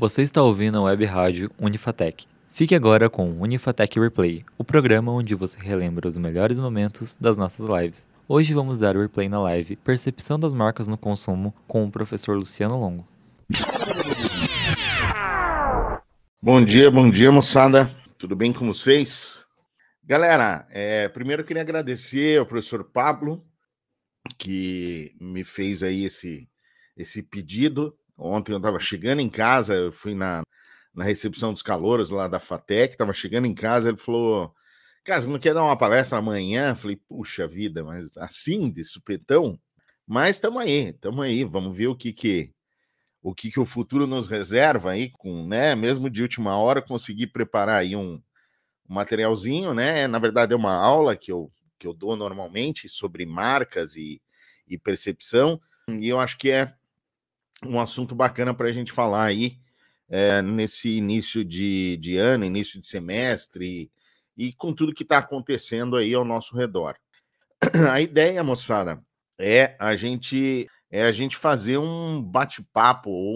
Você está ouvindo a web rádio Unifatec. Fique agora com o Unifatec Replay, o programa onde você relembra os melhores momentos das nossas lives. Hoje vamos dar o replay na live Percepção das Marcas no Consumo com o professor Luciano Longo. Bom dia, moçada. Tudo bem com vocês? Galera, primeiro eu queria agradecer ao professor Pablo, que me fez aí esse pedido. Ontem eu estava chegando em casa, eu fui na recepção dos calouros lá da FATEC, estava chegando em casa, ele falou, cara, você não quer dar uma palestra amanhã? Eu falei, puxa vida, mas assim, de supetão? Mas estamos aí, vamos ver o que o futuro nos reserva aí, com, né, mesmo de última hora, conseguir preparar aí um materialzinho, né? Na verdade, é uma aula que eu dou normalmente sobre marcas e percepção, e eu acho que é um assunto bacana para a gente falar aí nesse início de ano, início de semestre, e com tudo que está acontecendo aí ao nosso redor. A ideia, moçada, é a gente fazer um bate-papo ou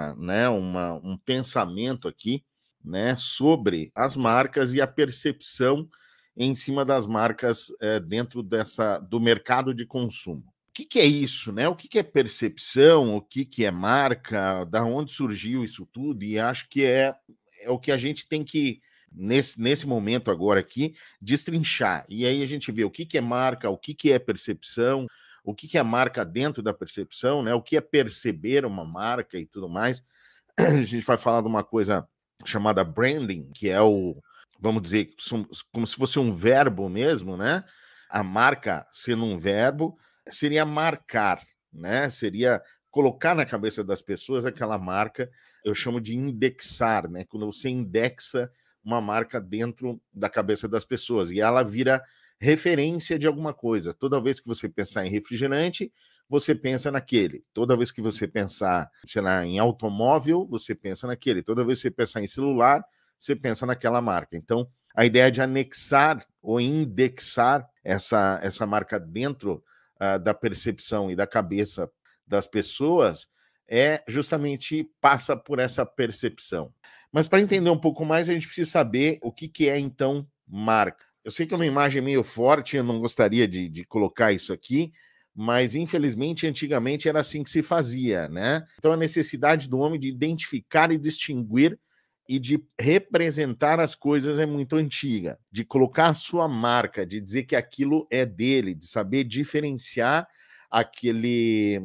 um pensamento aqui, né, sobre as marcas e a percepção em cima das marcas dentro do mercado de consumo. O que é isso, né? O que é percepção? O que é marca? Da onde surgiu isso tudo? E acho que é o que a gente tem que nesse momento agora aqui, destrinchar. E aí a gente vê o que é marca, o que é percepção, o que é marca dentro da percepção, né? O que é perceber uma marca e tudo mais. A gente vai falar de uma coisa chamada branding, que é vamos dizer, como se fosse um verbo mesmo, né? A marca sendo um verbo, seria marcar, né? Seria colocar na cabeça das pessoas aquela marca, eu chamo de indexar, né? Quando você indexa uma marca dentro da cabeça das pessoas e ela vira referência de alguma coisa. Toda vez que você pensar em refrigerante, você pensa naquele. Toda vez que você pensar, sei lá, em automóvel, você pensa naquele. Toda vez que você pensar em celular, você pensa naquela marca. Então, a ideia de anexar ou indexar essa marca dentro da percepção e da cabeça das pessoas justamente passa por essa percepção. Mas para entender um pouco mais, a gente precisa saber o que é, então, marca. Eu sei que é uma imagem meio forte, eu não gostaria de colocar isso aqui, mas, infelizmente, antigamente era assim que se fazia, né? Então, a necessidade do homem de identificar e distinguir e de representar as coisas é muito antiga. De colocar a sua marca, de dizer que aquilo é dele, de saber diferenciar aquele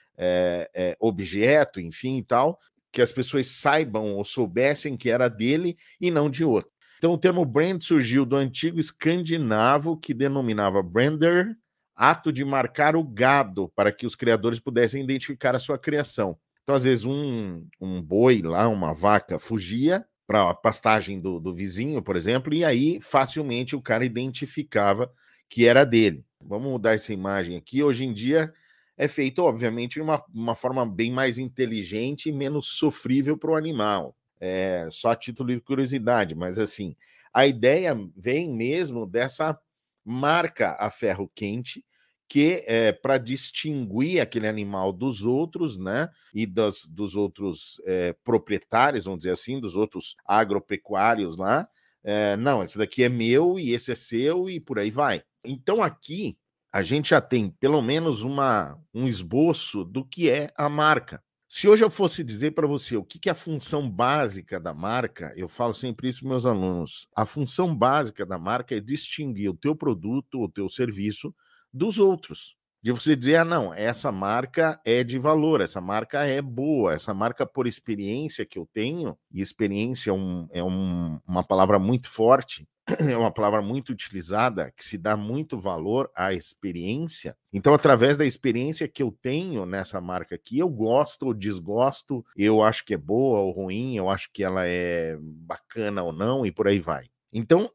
objeto, enfim e tal, que as pessoas saibam ou soubessem que era dele e não de outro. Então, o termo brand surgiu do antigo escandinavo que denominava brander, ato de marcar o gado para que os criadores pudessem identificar a sua criação. Então, às vezes, um boi lá, uma vaca, fugia para a pastagem do vizinho, por exemplo, e aí facilmente o cara identificava que era dele. Vamos mudar essa imagem aqui. Hoje em dia é feito, obviamente, de uma forma bem mais inteligente e menos sofrível para o animal. Só a título de curiosidade, mas assim, a ideia vem mesmo dessa marca a ferro quente, que é para distinguir aquele animal dos outros, né? E dos outros proprietários, vamos dizer assim, dos outros agropecuários lá. Não, esse daqui é meu e esse é seu e por aí vai. Então aqui a gente já tem pelo menos um esboço do que é a marca. Se hoje eu fosse dizer para você o que é a função básica da marca, eu falo sempre isso para meus alunos. A função básica da marca é distinguir o teu produto, o teu serviço dos outros. De você dizer, não, essa marca é de valor, essa marca é boa, essa marca por experiência que eu tenho, e experiência é uma palavra muito forte, é uma palavra muito utilizada, que se dá muito valor à experiência. Então, através da experiência que eu tenho nessa marca aqui, eu gosto ou desgosto, eu acho que é boa ou ruim, eu acho que ela é bacana ou não, e por aí vai. Então,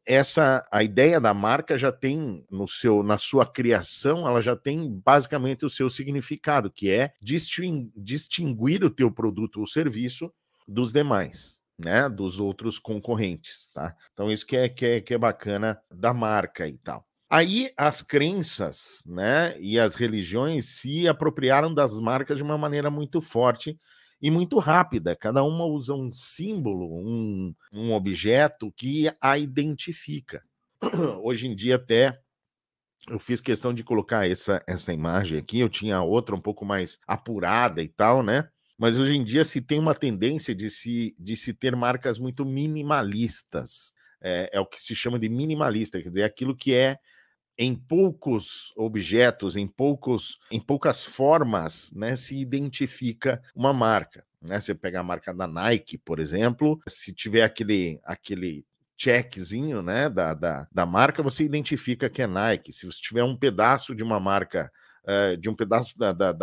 a ideia da marca já tem na sua criação, ela já tem basicamente o seu significado, que é distinguir o teu produto ou serviço dos demais, né, dos outros concorrentes, tá? Então isso que é bacana da marca e tal. Aí as crenças, né, e as religiões se apropriaram das marcas de uma maneira muito forte e muito rápida. Cada uma usa um símbolo, um objeto que a identifica. Hoje em dia até eu fiz questão de colocar essa imagem aqui, eu tinha outra um pouco mais apurada e tal, né? Mas hoje em dia se tem uma tendência de se ter marcas muito minimalistas. É o que se chama de minimalista, quer dizer, aquilo que é em poucos objetos, em poucas formas, né, se identifica uma marca. Né? Você pega a marca da Nike, por exemplo, se tiver aquele checkzinho, né, da marca, você identifica que é Nike. Se você tiver um pedaço de uma marca, de um pedaço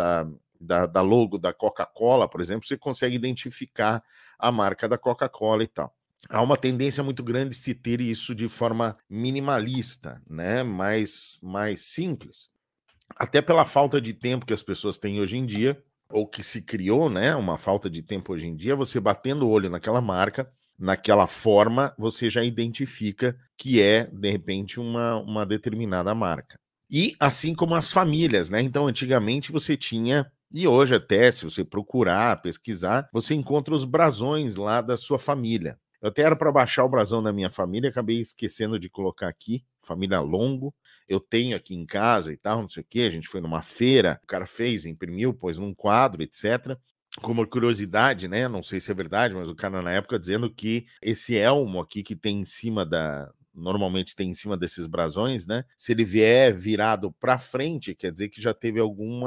da logo da Coca-Cola, por exemplo, você consegue identificar a marca da Coca-Cola e tal. Há uma tendência muito grande de se ter isso de forma minimalista, né? mais simples. Até pela falta de tempo que as pessoas têm hoje em dia, ou que se criou, né? Uma falta de tempo hoje em dia, você batendo o olho naquela marca, naquela forma, você já identifica que é, de repente, uma determinada marca. E assim como as famílias, né? Então, antigamente você tinha, e hoje até, se você procurar, pesquisar, você encontra os brasões lá da sua família. Eu até era para baixar o brasão da minha família, acabei esquecendo de colocar aqui, família Longo. Eu tenho aqui em casa e tal, não sei o quê. A gente foi numa feira, o cara fez, imprimiu, pôs num quadro, etc. Como curiosidade, né? Não sei se é verdade, mas o cara na época dizendo que esse elmo aqui que tem em cima normalmente tem em cima desses brasões, né? Se ele vier virado para frente, quer dizer que já teve algum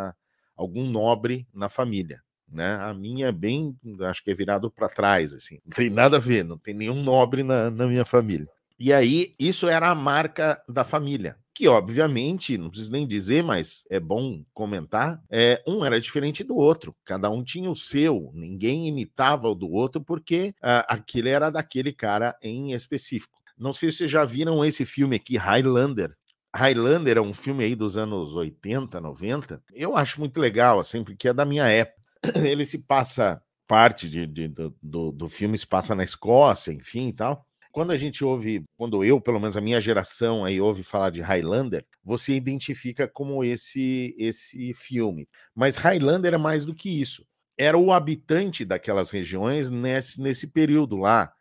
nobre na família. Né? A minha é bem, acho que é virado para trás, assim. Não tem nada a ver, não tem nenhum nobre na minha família. E aí, isso era a marca da família, que obviamente, não preciso nem dizer, mas é bom comentar, um era diferente do outro, cada um tinha o seu, ninguém imitava o do outro, porque aquele era daquele cara em específico. Não sei se vocês já viram esse filme aqui, Highlander. Highlander é um filme aí dos anos 80, 90. Eu acho muito legal, assim, porque é da minha época. Ele se passa, parte do filme se passa na Escócia, enfim e tal. Quando eu, pelo menos a minha geração aí ouve falar de Highlander, você identifica como esse filme. Mas Highlander é mais do que isso. Era o habitante daquelas regiões nesse período lá,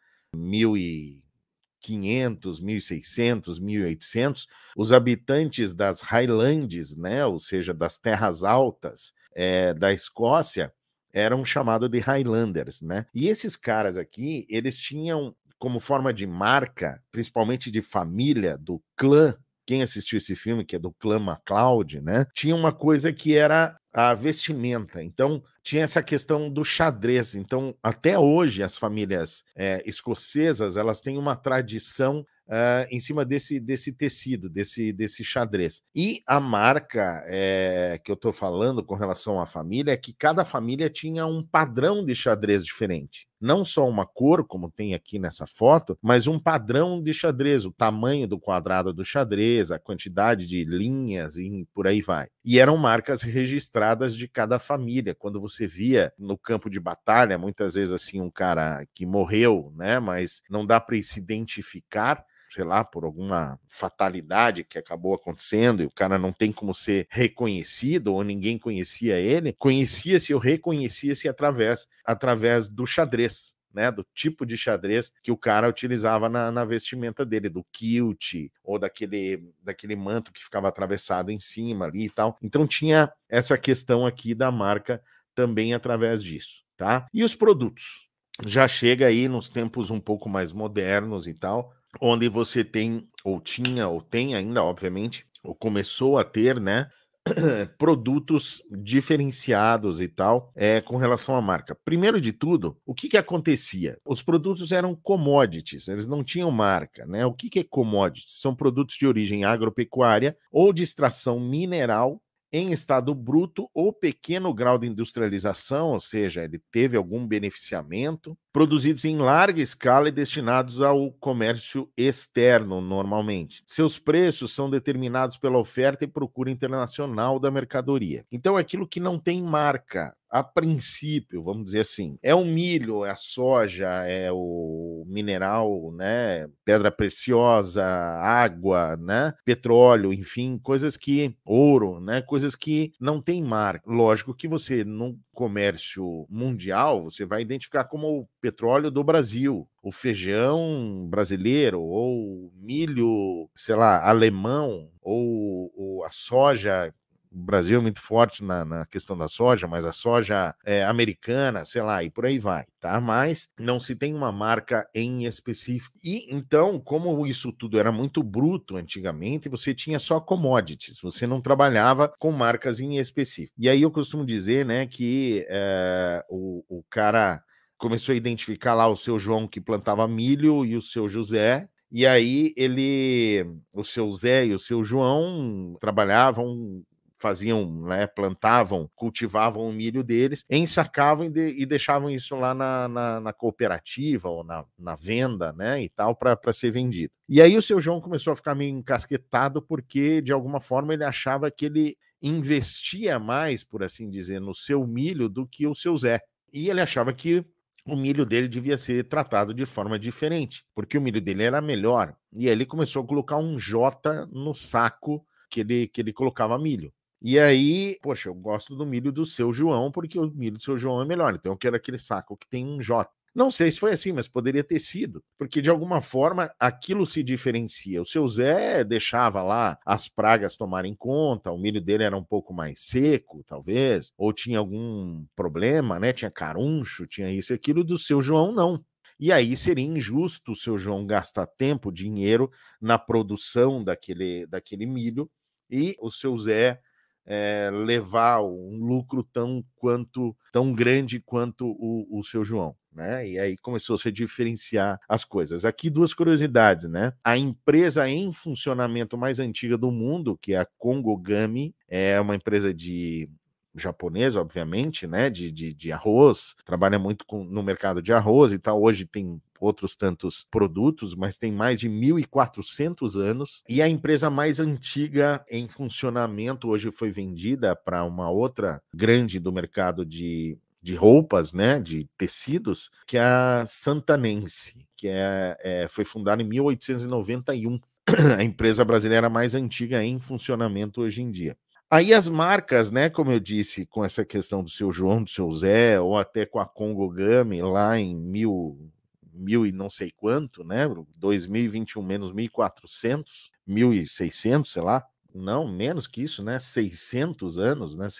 1500, 1600, 1800, os habitantes das Highlands, né, ou seja, das terras altas da Escócia, eram chamados de Highlanders, né? E esses caras aqui, eles tinham como forma de marca, principalmente de família, do clã. Quem assistiu esse filme, que é do clã MacLeod, né? Tinha uma coisa que era a vestimenta. Então, tinha essa questão do xadrez. Então, até hoje, as famílias escocesas, elas têm uma tradição em cima desse tecido, desse xadrez. E a marca que eu estou falando com relação à família é que cada família tinha um padrão de xadrez diferente. Não só uma cor, como tem aqui nessa foto, mas um padrão de xadrez, o tamanho do quadrado do xadrez, a quantidade de linhas e por aí vai. E eram marcas registradas de cada família. Quando você via no campo de batalha, muitas vezes assim, um cara que morreu, né, mas não dá para se identificar, sei lá, por alguma fatalidade que acabou acontecendo e o cara não tem como ser reconhecido ou ninguém conhecia ele, conhecia-se ou reconhecia-se através do xadrez, né, do tipo de xadrez que o cara utilizava na vestimenta dele, do kilt ou daquele manto que ficava atravessado em cima ali e tal. Então tinha essa questão aqui da marca também através disso, tá? E os produtos? Já chega aí nos tempos um pouco mais modernos e tal, onde você tem, ou tinha, ou tem ainda, obviamente, ou começou a ter, né, produtos diferenciados e tal, com relação à marca. Primeiro de tudo, o que acontecia? Os produtos eram commodities, eles não tinham marca, né? O que é commodities? São produtos de origem agropecuária ou de extração mineral em estado bruto ou pequeno grau de industrialização, ou seja, ele teve algum beneficiamento, produzidos em larga escala e destinados ao comércio externo, normalmente. Seus preços são determinados pela oferta e procura internacional da mercadoria. Então, aquilo que não tem marca, a princípio, vamos dizer assim, é o milho, é a soja, é o mineral, né, pedra preciosa, água, né, petróleo, enfim, coisas que ouro, né, coisas que não tem marca. Lógico que você num comércio mundial, você vai identificar como o petróleo do Brasil, o feijão brasileiro ou milho, sei lá, alemão ou a soja. O Brasil é muito forte na questão da soja, mas a soja americana, sei lá, e por aí vai, tá? Mas não se tem uma marca em específico. E então, como isso tudo era muito bruto antigamente, você tinha só commodities, você não trabalhava com marcas em específico. E aí eu costumo dizer, né, que o cara começou a identificar lá o seu João que plantava milho e o seu José. E aí o seu Zé e o seu João trabalhavam, faziam, né, plantavam, cultivavam o milho deles, ensacavam e deixavam isso lá na cooperativa ou na venda, né, e tal, para ser vendido. E aí o seu João começou a ficar meio encasquetado porque, de alguma forma, ele achava que ele investia mais, por assim dizer, no seu milho do que o seu Zé. E ele achava que o milho dele devia ser tratado de forma diferente, porque o milho dele era melhor. E aí ele começou a colocar um J no saco que ele colocava milho. E aí, poxa, eu gosto do milho do seu João, porque o milho do seu João é melhor. Então eu quero aquele saco que tem um J. Não sei se foi assim, mas poderia ter sido, porque de alguma forma aquilo se diferencia. O seu Zé deixava lá as pragas tomarem conta, o milho dele era um pouco mais seco, talvez, ou tinha algum problema, né? Tinha caruncho, tinha isso e aquilo, do seu João não. E aí seria injusto o seu João gastar tempo, dinheiro na produção daquele milho e o seu Zé levar um lucro tão grande quanto o seu João, né? E aí começou a se diferenciar as coisas. Aqui duas curiosidades, né? A empresa em funcionamento mais antiga do mundo, que é a Kongogami, é uma empresa japonesa, obviamente, né? De arroz, trabalha muito no mercado de arroz e tal. Hoje tem outros tantos produtos, mas tem mais de 1.400 anos. E a empresa mais antiga em funcionamento hoje foi vendida para uma outra grande do mercado de roupas, né, de tecidos, que é a Santanense, que foi fundada em 1891. A empresa brasileira mais antiga em funcionamento hoje em dia. Aí as marcas, né, como eu disse, com essa questão do seu João, do seu Zé, ou até com a Kongogami lá em mil e não sei quanto, né, 2021 menos 1.400, 1.600, sei lá, não, menos que isso, né, 600 anos, né,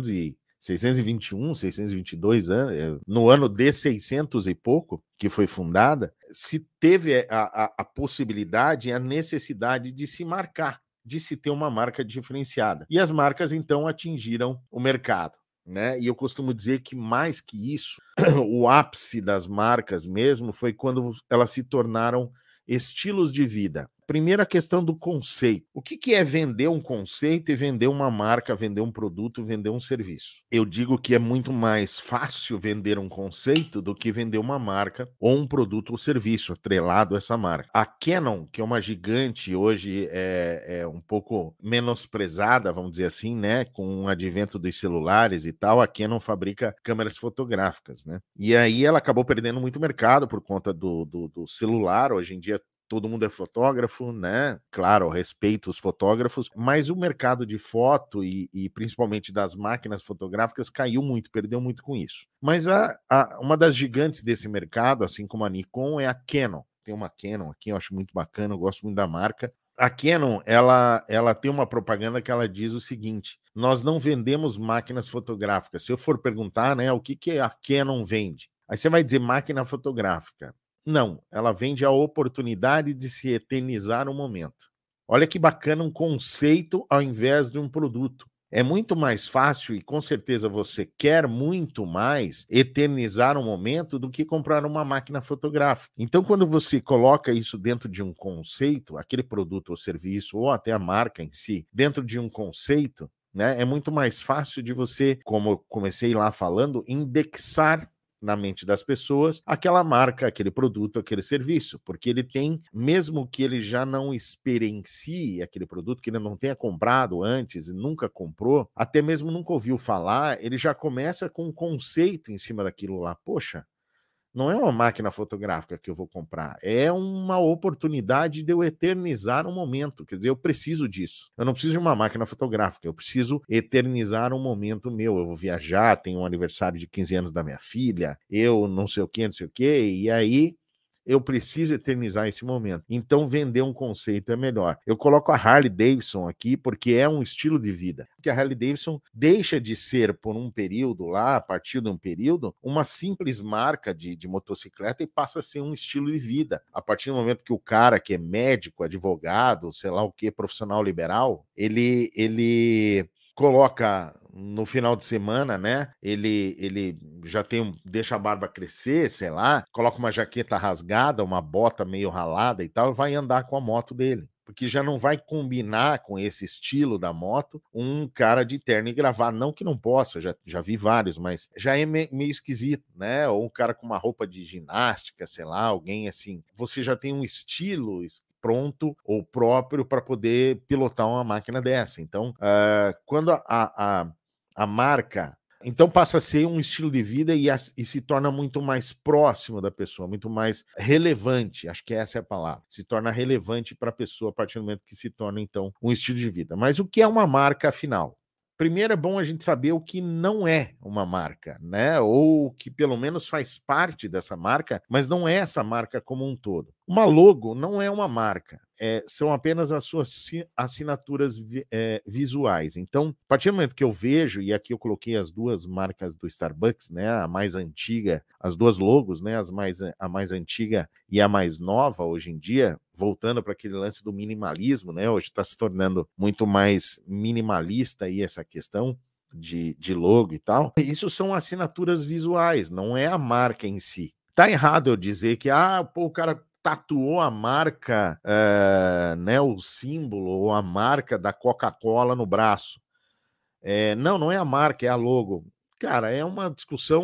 621, 622 anos, no ano de 600 e pouco, que foi fundada, se teve a possibilidade e a necessidade de se marcar, de se ter uma marca diferenciada. E as marcas, então, atingiram o mercado, né? E eu costumo dizer que, mais que isso, o ápice das marcas mesmo foi quando elas se tornaram estilos de vida. Primeiro, a questão do conceito. O que é vender um conceito e vender uma marca, vender um produto, vender um serviço? Eu digo que é muito mais fácil vender um conceito do que vender uma marca ou um produto ou serviço atrelado a essa marca. A Canon, que é uma gigante, hoje é um pouco menosprezada, vamos dizer assim, né? Com o advento dos celulares e tal, a Canon fabrica câmeras fotográficas, né? E aí ela acabou perdendo muito mercado por conta do celular. Hoje em dia todo mundo é fotógrafo, né? Claro, respeito os fotógrafos, mas o mercado de foto e principalmente das máquinas fotográficas caiu muito, perdeu muito com isso. Mas uma das gigantes desse mercado, assim como a Nikon, é a Canon. Tem uma Canon aqui, eu acho muito bacana, eu gosto muito da marca. A Canon, ela tem uma propaganda que ela diz o seguinte: nós não vendemos máquinas fotográficas. Se eu for perguntar, né, o que a Canon vende? Aí você vai dizer máquina fotográfica. Não, ela vende a oportunidade de se eternizar um momento. Olha que bacana, um conceito ao invés de um produto. É muito mais fácil e com certeza você quer muito mais eternizar um momento do que comprar uma máquina fotográfica. Então, quando você coloca isso dentro de um conceito, aquele produto ou serviço, ou até a marca em si, dentro de um conceito, né, é muito mais fácil de você, como eu comecei lá falando, indexar na mente das pessoas aquela marca, aquele produto, aquele serviço, porque ele tem, mesmo que ele já não experiencie aquele produto, que ele não tenha comprado antes e nunca comprou, até mesmo nunca ouviu falar, ele já começa com um conceito em cima daquilo lá. Poxa, não é uma máquina fotográfica que eu vou comprar, é uma oportunidade de eu eternizar um momento. Quer dizer, eu preciso disso. Eu não preciso de uma máquina fotográfica, eu preciso eternizar um momento meu. Eu vou viajar, tenho um aniversário de 15 anos da minha filha, eu não sei o que, não sei o que, e aí eu preciso eternizar esse momento. Então, vender um conceito é melhor. Eu coloco a Harley Davidson aqui porque é um estilo de vida. Porque a Harley Davidson deixa de ser, por um período lá, a partir de um período, uma simples marca de motocicleta e passa a ser um estilo de vida. A partir do momento que o cara que é médico, advogado, sei lá o que, profissional liberal, ele coloca no final de semana, né? Ele já deixa a barba crescer, sei lá, coloca uma jaqueta rasgada, uma bota meio ralada e tal, e vai andar com a moto dele. Porque já não vai combinar com esse estilo da moto um cara de terno e gravata. Não que não possa, já vi vários, mas já é meio esquisito, né? Ou um cara com uma roupa de ginástica, sei lá, alguém assim. Você já tem um estilo pronto ou próprio para poder pilotar uma máquina dessa. Então, quando a marca. Então passa a ser um estilo de vida e se torna muito mais próximo da pessoa, muito mais relevante. Acho que essa é a palavra. Se torna relevante para a pessoa a partir do momento que se torna, então, um estilo de vida. Mas o que é uma marca, afinal? Primeiro é bom a gente saber o que não é uma marca, né? Ou que pelo menos faz parte dessa marca, mas não é essa marca como um todo. Uma logo não é uma marca, são apenas as suas assinaturas visuais. Então, a partir do momento que eu vejo, e aqui eu coloquei as duas marcas do Starbucks, né? A mais antiga, as duas logos, né? A mais antiga e a mais nova hoje em dia, voltando para aquele lance do minimalismo, né? Hoje está se tornando muito mais minimalista aí essa questão de logo e tal. Isso são assinaturas visuais, não é a marca em si. Tá errado eu dizer que o cara tatuou a marca, né, o símbolo ou a marca da Coca-Cola no braço. Não é a marca, é a logo. Cara, é uma discussão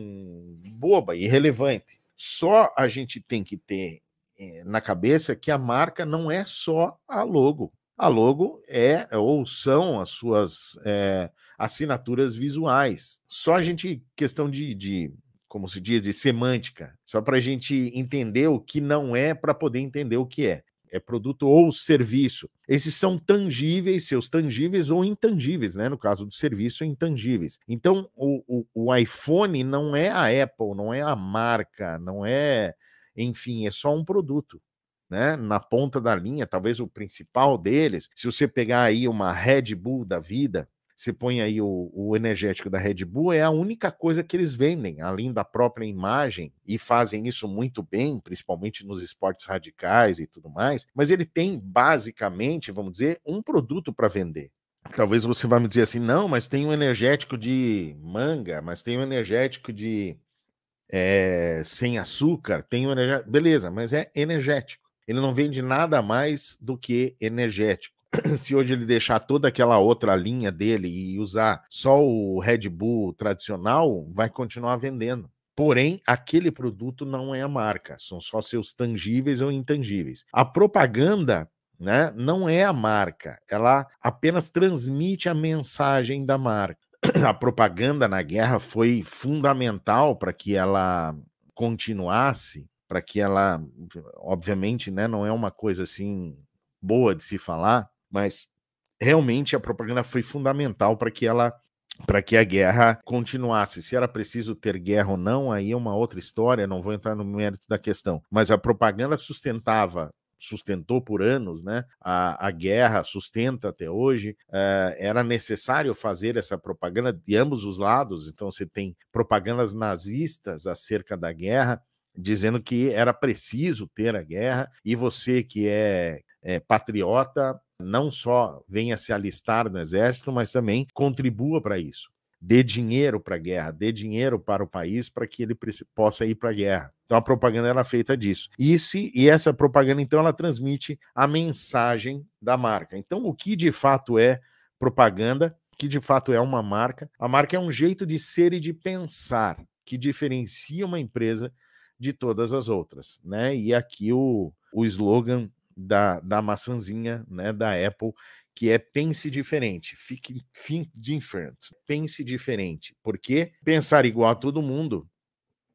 boba, irrelevante. Só a gente tem que ter na cabeça que a marca não é só a logo. A logo ou são as suas assinaturas visuais. Só a gente, questão de como se diz, de semântica, só para a gente entender o que não é para poder entender o que é. É produto ou serviço. Esses são tangíveis, seus tangíveis ou intangíveis, né? No caso do serviço, intangíveis. Então, o iPhone não é a Apple, não é a marca, não é, enfim, é só um produto. Né, na ponta da linha, talvez o principal deles, se você pegar aí uma Red Bull da vida, você põe aí o energético da Red Bull, é a única coisa que eles vendem, além da própria imagem, e fazem isso muito bem, principalmente nos esportes radicais e tudo mais, mas ele tem basicamente, vamos dizer, um produto para vender. Talvez você vá me dizer assim, não, mas tem um energético de manga, mas tem um energético de sem açúcar, tem um energético. Beleza, mas é energético. Ele não vende nada mais do que energético. Se hoje ele deixar toda aquela outra linha dele e usar só o Red Bull tradicional, vai continuar vendendo. Porém, aquele produto não é a marca, são só seus tangíveis ou intangíveis. A propaganda, né, não é a marca, ela apenas transmite a mensagem da marca. A propaganda na guerra foi fundamental para que ela continuasse, para que ela, obviamente, né, não é uma coisa assim boa de se falar, mas realmente a propaganda foi fundamental para que a guerra continuasse. Se era preciso ter guerra ou não, aí é uma outra história, não vou entrar no mérito da questão. Mas a propaganda sustentou por anos, né? A guerra sustenta até hoje. Era necessário fazer essa propaganda de ambos os lados. Então você tem propagandas nazistas acerca da guerra, dizendo que era preciso ter a guerra, e você que é patriota, não só venha se alistar no exército, mas também contribua para isso. Dê dinheiro para a guerra, dê dinheiro para o país para que ele possa ir para a guerra. Então a propaganda era feita disso. E essa propaganda, então, ela transmite a mensagem da marca. Então, o que de fato é propaganda, o que de fato é uma marca? A marca é um jeito de ser e de pensar que diferencia uma empresa de todas as outras, né? E aqui o slogan da maçãzinha, né, da Apple, que é pense diferente, think different, pense diferente, porque pensar igual a todo mundo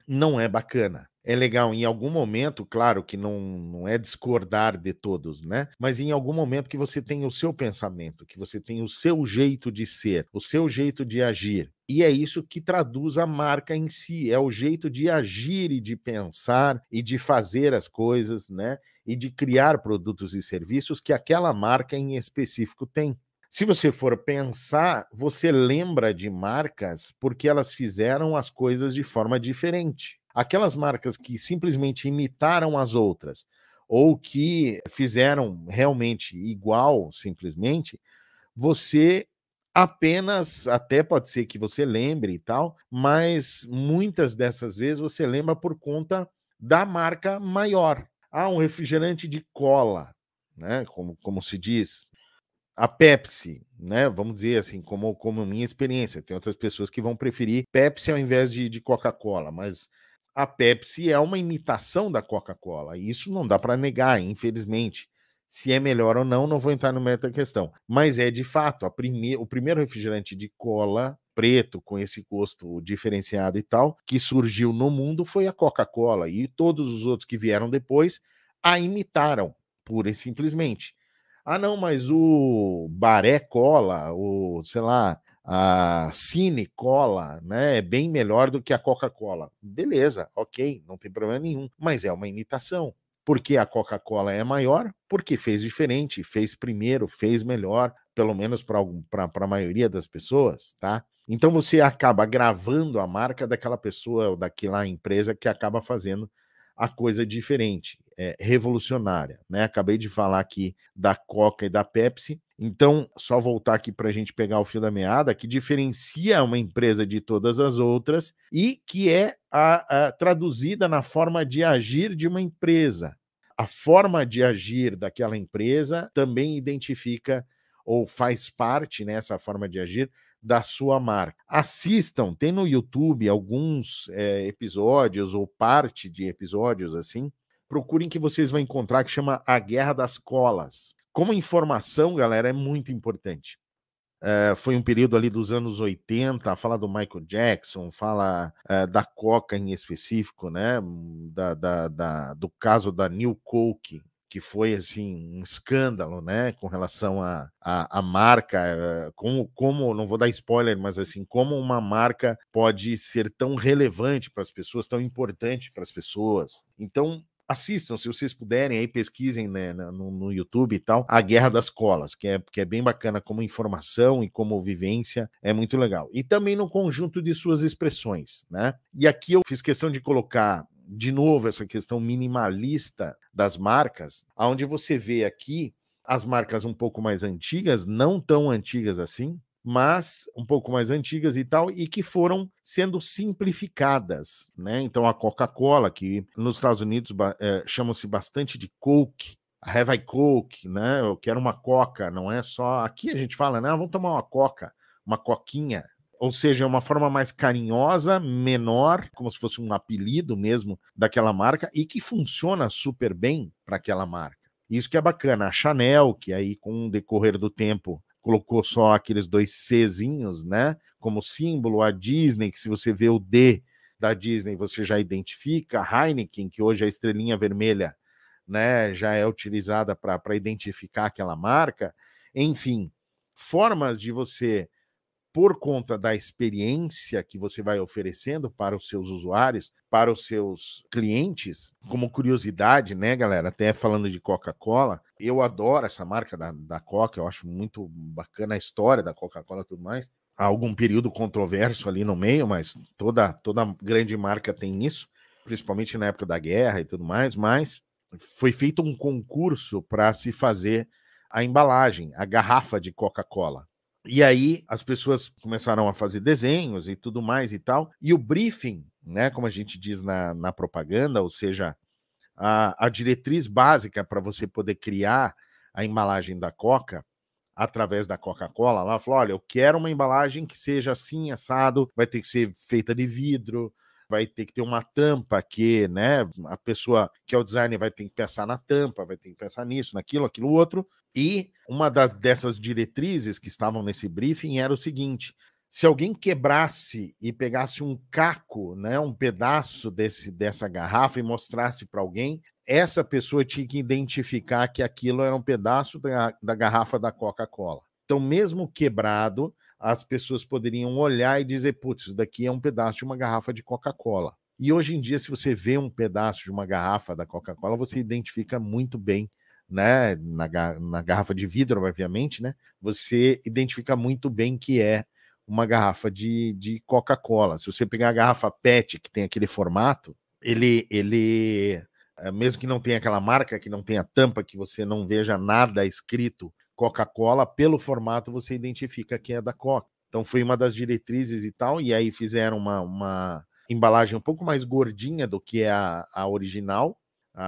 não é bacana. É legal em algum momento, claro que não é discordar de todos, né? Mas em algum momento que você tem o seu pensamento, que você tem o seu jeito de ser, o seu jeito de agir. E é isso que traduz a marca em si, é o jeito de agir e de pensar e de fazer as coisas, né? E de criar produtos e serviços que aquela marca em específico tem. Se você for pensar, você lembra de marcas porque elas fizeram as coisas de forma diferente. Aquelas marcas que simplesmente imitaram as outras ou que fizeram realmente igual, simplesmente, você apenas, até pode ser que você lembre e tal, mas muitas dessas vezes você lembra por conta da marca maior. Ah, um refrigerante de cola, né? Como se diz, a Pepsi, né? Vamos dizer assim, como minha experiência. Tem outras pessoas que vão preferir Pepsi ao invés de Coca-Cola, mas a Pepsi é uma imitação da Coca-Cola. E isso não dá para negar, infelizmente. Se é melhor ou não, não vou entrar no mérito da questão. Mas é de fato, o primeiro refrigerante de cola preto, com esse gosto diferenciado e tal, que surgiu no mundo foi a Coca-Cola. E todos os outros que vieram depois a imitaram, pura e simplesmente. Ah, não, mas o Baré Cola, o, sei lá, a Cine Cola, né, é bem melhor do que a Coca-Cola. Beleza, ok, não tem problema nenhum, mas é uma imitação. Porque a Coca-Cola é maior? Porque fez diferente, fez primeiro, fez melhor, pelo menos para a maioria das pessoas, tá? Então você acaba gravando a marca daquela pessoa ou daquela empresa que acaba fazendo a coisa diferente, revolucionária, né? Acabei de falar aqui da Coca e da Pepsi, então só voltar aqui para a gente pegar o fio da meada, que diferencia uma empresa de todas as outras e que é a traduzida na forma de agir de uma empresa. A forma de agir daquela empresa também identifica ou faz parte, nessa forma de agir, da sua marca. Assistam, tem no YouTube alguns episódios ou parte de episódios assim. Procurem que vocês vão encontrar que chama A Guerra das Colas. Como informação, galera, é muito importante. Foi um período ali dos anos 80, fala do Michael Jackson, fala da Coca em específico, né? Do caso da New Coke, que foi assim um escândalo, né, com relação à marca, como não vou dar spoiler, mas assim, como uma marca pode ser tão relevante para as pessoas, tão importante para as pessoas. Então, assistam, se vocês puderem, aí pesquisem, né, no YouTube e tal, A Guerra das Colas, que é bem bacana como informação e como vivência, é muito legal. E também no conjunto de suas expressões, né? E aqui eu fiz questão de colocar de novo essa questão minimalista das marcas, onde você vê aqui as marcas um pouco mais antigas, não tão antigas assim, mas um pouco mais antigas e tal, e que foram sendo simplificadas, né? Então a Coca-Cola, que nos Estados Unidos chama-se bastante de Coke, a Have I Coke, né? Eu quero uma Coca, não é só... Aqui a gente fala, né? Vamos tomar uma Coca, uma coquinha, ou seja, é uma forma mais carinhosa, menor, como se fosse um apelido mesmo daquela marca e que funciona super bem para aquela marca. Isso que é bacana. A Chanel, que aí com o decorrer do tempo colocou só aqueles dois Czinhos, né, como símbolo, a Disney, que se você vê o D da Disney, você já identifica, a Heineken, que hoje é a estrelinha vermelha, né, já é utilizada para identificar aquela marca. Enfim, formas de você, por conta da experiência que você vai oferecendo para os seus usuários, para os seus clientes, como curiosidade, né, galera? Até falando de Coca-Cola, eu adoro essa marca da Coca, eu acho muito bacana a história da Coca-Cola e tudo mais. Há algum período controverso ali no meio, mas toda grande marca tem isso, principalmente na época da guerra e tudo mais, mas foi feito um concurso para se fazer a embalagem, a garrafa de Coca-Cola. E aí as pessoas começaram a fazer desenhos e tudo mais e tal. E o briefing, né, como a gente diz na propaganda, ou seja, a diretriz básica para você poder criar a embalagem da Coca através da Coca-Cola, ela falou: olha, eu quero uma embalagem que seja assim, assado, vai ter que ser feita de vidro, vai ter que ter uma tampa que, né, a pessoa que é o designer vai ter que pensar na tampa, vai ter que pensar nisso, naquilo, aquilo outro. E uma dessas diretrizes que estavam nesse briefing era o seguinte: Se alguém quebrasse e pegasse um caco, né, um pedaço dessa garrafa e mostrasse para alguém, essa pessoa tinha que identificar que aquilo era um pedaço da garrafa da Coca-Cola. Então, mesmo quebrado, as pessoas poderiam olhar e dizer, putz, isso daqui é um pedaço de uma garrafa de Coca-Cola. E hoje em dia, se você vê um pedaço de uma garrafa da Coca-Cola, você identifica muito bem, né, na garrafa de vidro, obviamente, né, você identifica muito bem que é uma garrafa de Coca-Cola. Se você pegar a garrafa PET, que tem aquele formato, ele mesmo que não tenha aquela marca, que não tenha tampa, que você não veja nada escrito Coca-Cola, pelo formato você identifica que é da Coca. Então foi uma das diretrizes e tal, e aí fizeram uma embalagem um pouco mais gordinha do que a original,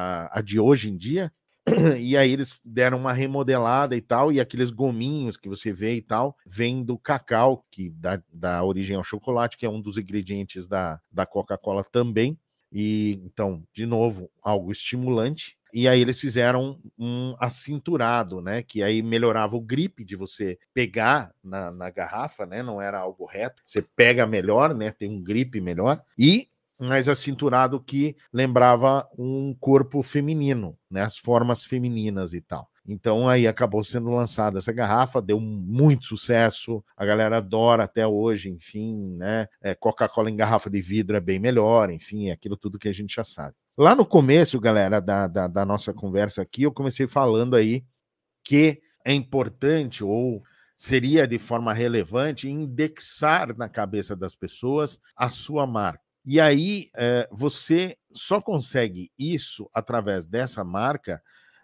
a de hoje em dia, e aí eles deram uma remodelada e tal, e aqueles gominhos que você vê e tal, vem do cacau, que dá origem ao chocolate, que é um dos ingredientes da Coca-Cola também. E então, de novo, algo estimulante. E aí eles fizeram um acinturado, né? Que aí melhorava o grip de você pegar na garrafa, né? Não era algo reto. Você pega melhor, né? Tem um grip melhor. E mais acinturado que lembrava um corpo feminino, né? As formas femininas e tal. Então aí acabou sendo lançada essa garrafa, deu muito sucesso, a galera adora até hoje, enfim, né? Coca-Cola em garrafa de vidro é bem melhor, enfim, é aquilo tudo que a gente já sabe. Lá no começo, galera, da nossa conversa aqui, eu comecei falando aí que é importante ou seria de forma relevante indexar na cabeça das pessoas a sua marca. E aí você só consegue isso através dessa marca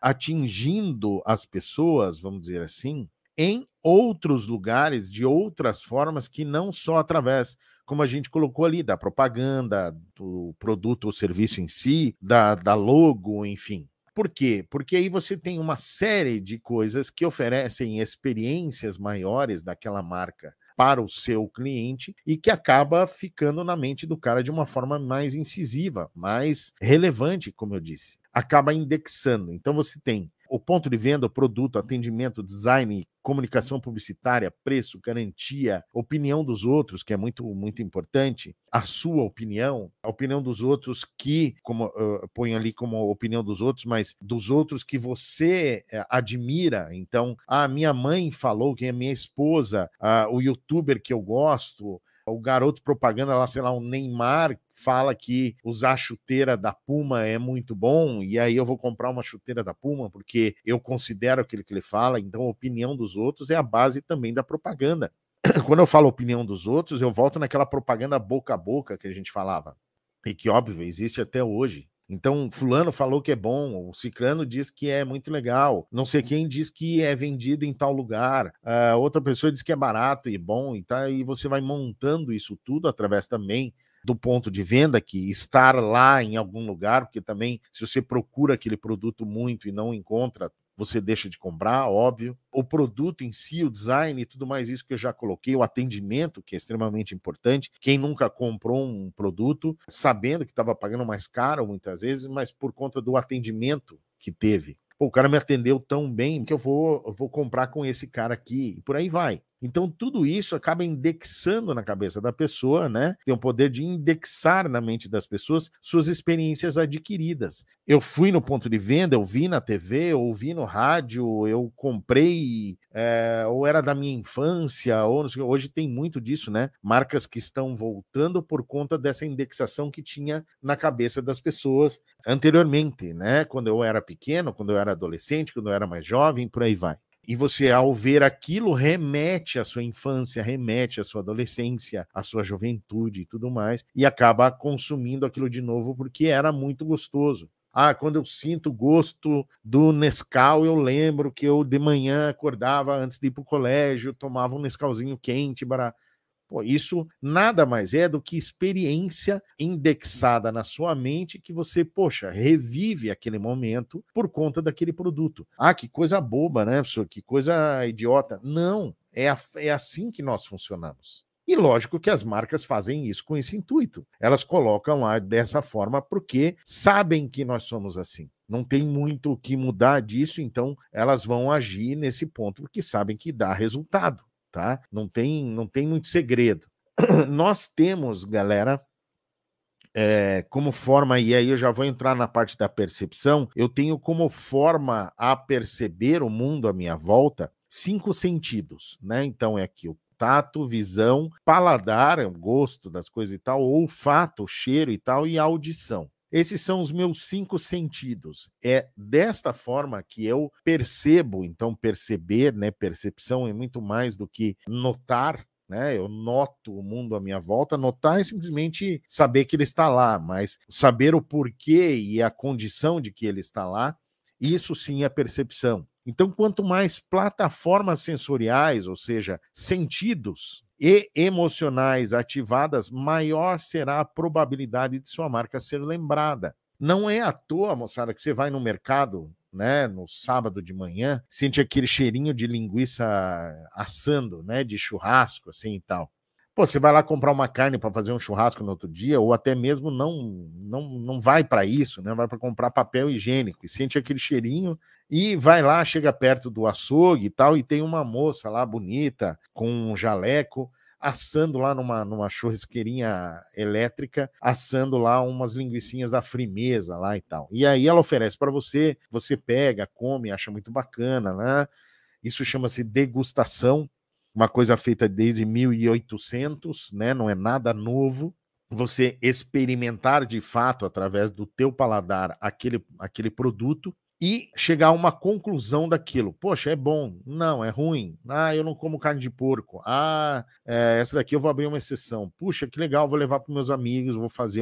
atingindo as pessoas, vamos dizer assim, em outros lugares, de outras formas, que não só através, como a gente colocou ali, da propaganda, do produto ou serviço em si, da logo, enfim. Por quê? Porque aí você tem uma série de coisas que oferecem experiências maiores daquela marca para o seu cliente e que acaba ficando na mente do cara de uma forma mais incisiva, mais relevante, como eu disse. Acaba indexando. Então você tem o ponto de venda, o produto, atendimento, design, comunicação publicitária, preço, garantia, opinião dos outros, que é muito, muito importante, a sua opinião, a opinião dos outros que, como põe ali como opinião dos outros, mas dos outros que você admira. Então, a minha mãe falou que é minha esposa, o youtuber que eu gosto, o garoto propaganda lá, sei lá, o Neymar fala que usar chuteira da Puma é muito bom, e aí eu vou comprar uma chuteira da Puma porque eu considero aquilo que ele fala. Então a opinião dos outros é a base também da propaganda. Quando eu falo opinião dos outros, eu volto naquela propaganda boca a boca que a gente falava, e que, óbvio, existe até hoje. Então, fulano falou que é bom, o ciclano diz que é muito legal, não sei quem diz que é vendido em tal lugar, outra pessoa diz que é barato e bom, e, tá, e você vai montando isso tudo através também do ponto de venda, que estar lá em algum lugar, porque também se você procura aquele produto muito e não encontra, você deixa de comprar, óbvio. O produto em si, o design e tudo mais, isso que eu já coloquei, o atendimento, que é extremamente importante. Quem nunca comprou um produto sabendo que estava pagando mais caro muitas vezes, mas por conta do atendimento que teve. Pô, o cara me atendeu tão bem que eu vou comprar com esse cara aqui, e por aí vai. Então, tudo isso acaba indexando na cabeça da pessoa, né? Tem o poder de indexar na mente das pessoas suas experiências adquiridas. Eu fui no ponto de venda, eu vi na TV, eu ouvi no rádio, eu comprei, ou era da minha infância, ou não sei, hoje tem muito disso, né? Marcas que estão voltando por conta dessa indexação que tinha na cabeça das pessoas anteriormente, né? Quando eu era pequeno, quando eu era adolescente, quando eu era mais jovem, por aí vai. E você, ao ver aquilo, remete à sua infância, remete à sua adolescência, à sua juventude e tudo mais, e acaba consumindo aquilo de novo porque era muito gostoso. Quando eu sinto o gosto do Nescau, eu lembro que eu de manhã acordava antes de ir para o colégio, tomava um Nescauzinho quente, barato. Pô, isso nada mais é do que experiência indexada na sua mente que você, poxa, revive aquele momento por conta daquele produto. Que coisa boba, né, pessoal? Que coisa idiota. Não, é assim que nós funcionamos. E lógico que as marcas fazem isso com esse intuito. Elas colocam lá dessa forma porque sabem que nós somos assim. Não tem muito o que mudar disso, então elas vão agir nesse ponto porque sabem que dá resultado. tá? Não tem muito segredo. Nós temos, galera, como forma, e aí eu já vou entrar na parte da percepção, eu tenho como forma a perceber o mundo à minha volta 5 sentidos, né? Então é aqui o tato, visão, paladar, o gosto das coisas e tal, olfato, cheiro e tal, e audição. Esses são os meus 5 sentidos. É desta forma que eu percebo. Então, perceber, né? Percepção é muito mais do que notar, né? Eu noto o mundo à minha volta. Notar é simplesmente saber que ele está lá, mas saber o porquê e a condição de que ele está lá, isso sim é percepção. Então, quanto mais plataformas sensoriais, ou seja, sentidos e emocionais ativadas, maior será a probabilidade de sua marca ser lembrada. Não é à toa, moçada, que você vai no mercado, né, no sábado de manhã, sente aquele cheirinho de linguiça assando, né, de churrasco, assim e tal. Pô, você vai lá comprar uma carne para fazer um churrasco no outro dia, ou até mesmo não vai para isso, né? Vai para comprar papel higiênico e sente aquele cheirinho e vai lá, chega perto do açougue e tal, e tem uma moça lá bonita, com um jaleco, assando lá numa churrasqueirinha elétrica, assando lá umas linguicinhas da Frimeza lá e tal. E aí ela oferece para você, você pega, come, acha muito bacana, né? Isso chama-se degustação, uma coisa feita desde 1800, né? Não é nada novo. Você experimentar de fato, através do teu paladar, aquele produto e chegar a uma conclusão daquilo. Poxa, é bom. Não, é ruim. Ah, eu não como carne de porco. Ah, essa daqui eu vou abrir uma exceção. Puxa, que legal, vou levar para meus amigos, vou fazer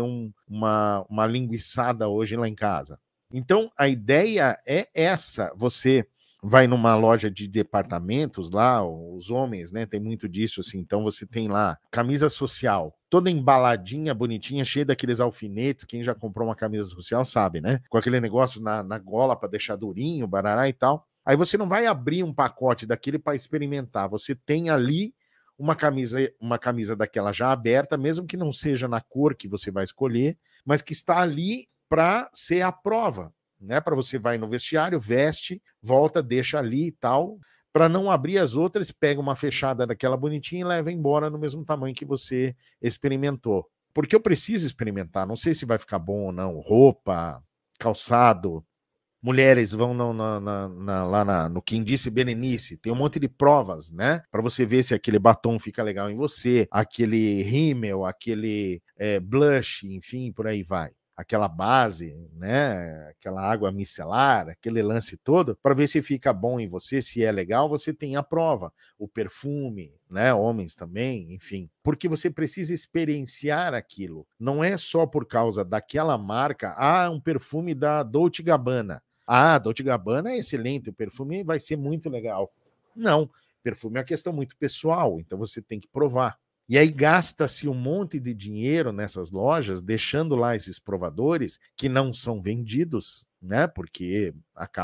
uma linguiçada hoje lá em casa. Então, a ideia é essa. Você vai numa loja de departamentos lá, os homens, né, tem muito disso, assim, então você tem lá camisa social, toda embaladinha, bonitinha, cheia daqueles alfinetes, quem já comprou uma camisa social sabe, né, com aquele negócio na gola para deixar durinho, barará e tal. Aí você não vai abrir um pacote daquele para experimentar, você tem ali uma camisa daquela já aberta, mesmo que não seja na cor que você vai escolher, mas que está ali para ser a prova, né? Para você vai no vestiário, veste, volta, deixa ali e tal, para não abrir as outras, pega uma fechada daquela bonitinha e leva embora no mesmo tamanho que você experimentou. Porque eu preciso experimentar, não sei se vai ficar bom ou não. Roupa, calçado, mulheres vão no Quem Disse Berenice, tem um monte de provas, né? Para você ver se aquele batom fica legal em você, aquele rímel, aquele blush, enfim, por aí vai. Aquela base, né? Aquela água micelar, aquele lance todo, para ver se fica bom em você, se é legal, você tem a prova. O perfume, né? Homens também, enfim. Porque você precisa experienciar aquilo. Não é só por causa daquela marca, um perfume da Dolce & Gabbana. Ah, Dolce & Gabbana é excelente, o perfume vai ser muito legal. Não, perfume é uma questão muito pessoal, então você tem que provar. E aí gasta-se um monte de dinheiro nessas lojas, deixando lá esses provadores que não são vendidos, né? Porque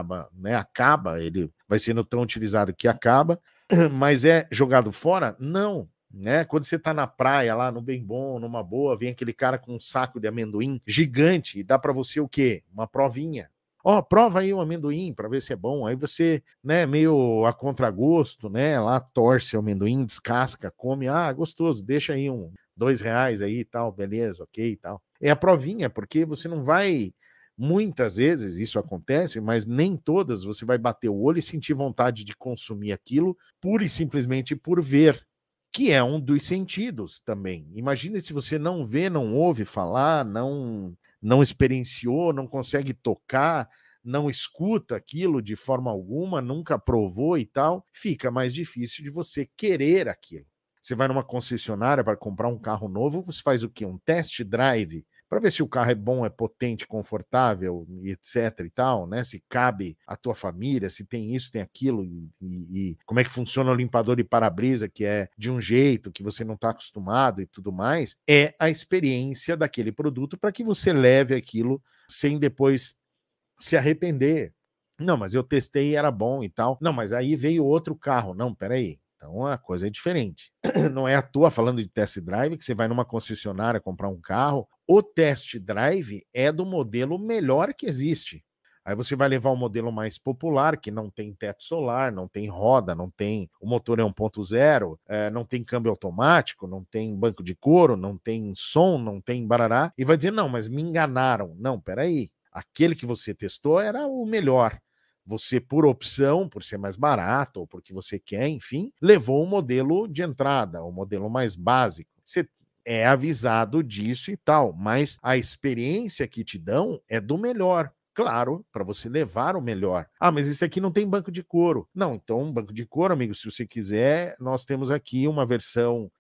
acaba, ele vai sendo tão utilizado que acaba, mas é jogado fora? Não, né? Quando você tá na praia lá, no bem bom, numa boa, vem aquele cara com um saco de amendoim gigante e dá para você o quê? Uma provinha. Prova aí o amendoim para ver se é bom. Aí você, né, meio a contragosto, né, lá torce o amendoim, descasca, come, gostoso, deixa aí R$ 2 aí e tal, beleza, ok e tal. É a provinha, porque você não vai, muitas vezes isso acontece, mas nem todas você vai bater o olho e sentir vontade de consumir aquilo pura e simplesmente por ver, que é um dos sentidos também. Imagina se você não vê, não ouve falar, não experienciou, não consegue tocar, não escuta aquilo de forma alguma, nunca provou e tal, fica mais difícil de você querer aquilo. Você vai numa concessionária para comprar um carro novo, você faz o quê? Um test drive para ver se o carro é bom, é potente, confortável, etc e tal, né? Se cabe à tua família, se tem isso, tem aquilo, e como é que funciona o limpador de para-brisa, que é de um jeito que você não está acostumado e tudo mais, é a experiência daquele produto para que você leve aquilo sem depois se arrepender. Não, mas eu testei e era bom e tal. Não, mas aí veio outro carro. Não, peraí. Então a coisa é diferente. Não é à toa, falando de test drive, que você vai numa concessionária comprar um carro. O test drive é do modelo melhor que existe. Aí você vai levar o modelo mais popular, que não tem teto solar, não tem roda, não tem... O motor é 1.0, não tem câmbio automático, não tem banco de couro, não tem som, não tem barará, e vai dizer, não, mas me enganaram. Não, peraí, aquele que você testou era o melhor. Você, por opção, por ser mais barato, ou porque você quer, enfim, levou o modelo de entrada, o modelo mais básico. Você é avisado disso e tal, mas a experiência que te dão é do melhor. Claro, para você levar o melhor. Ah, mas esse aqui não tem banco de couro. Não, então banco de couro, amigo, se você quiser, nós temos aqui uma versão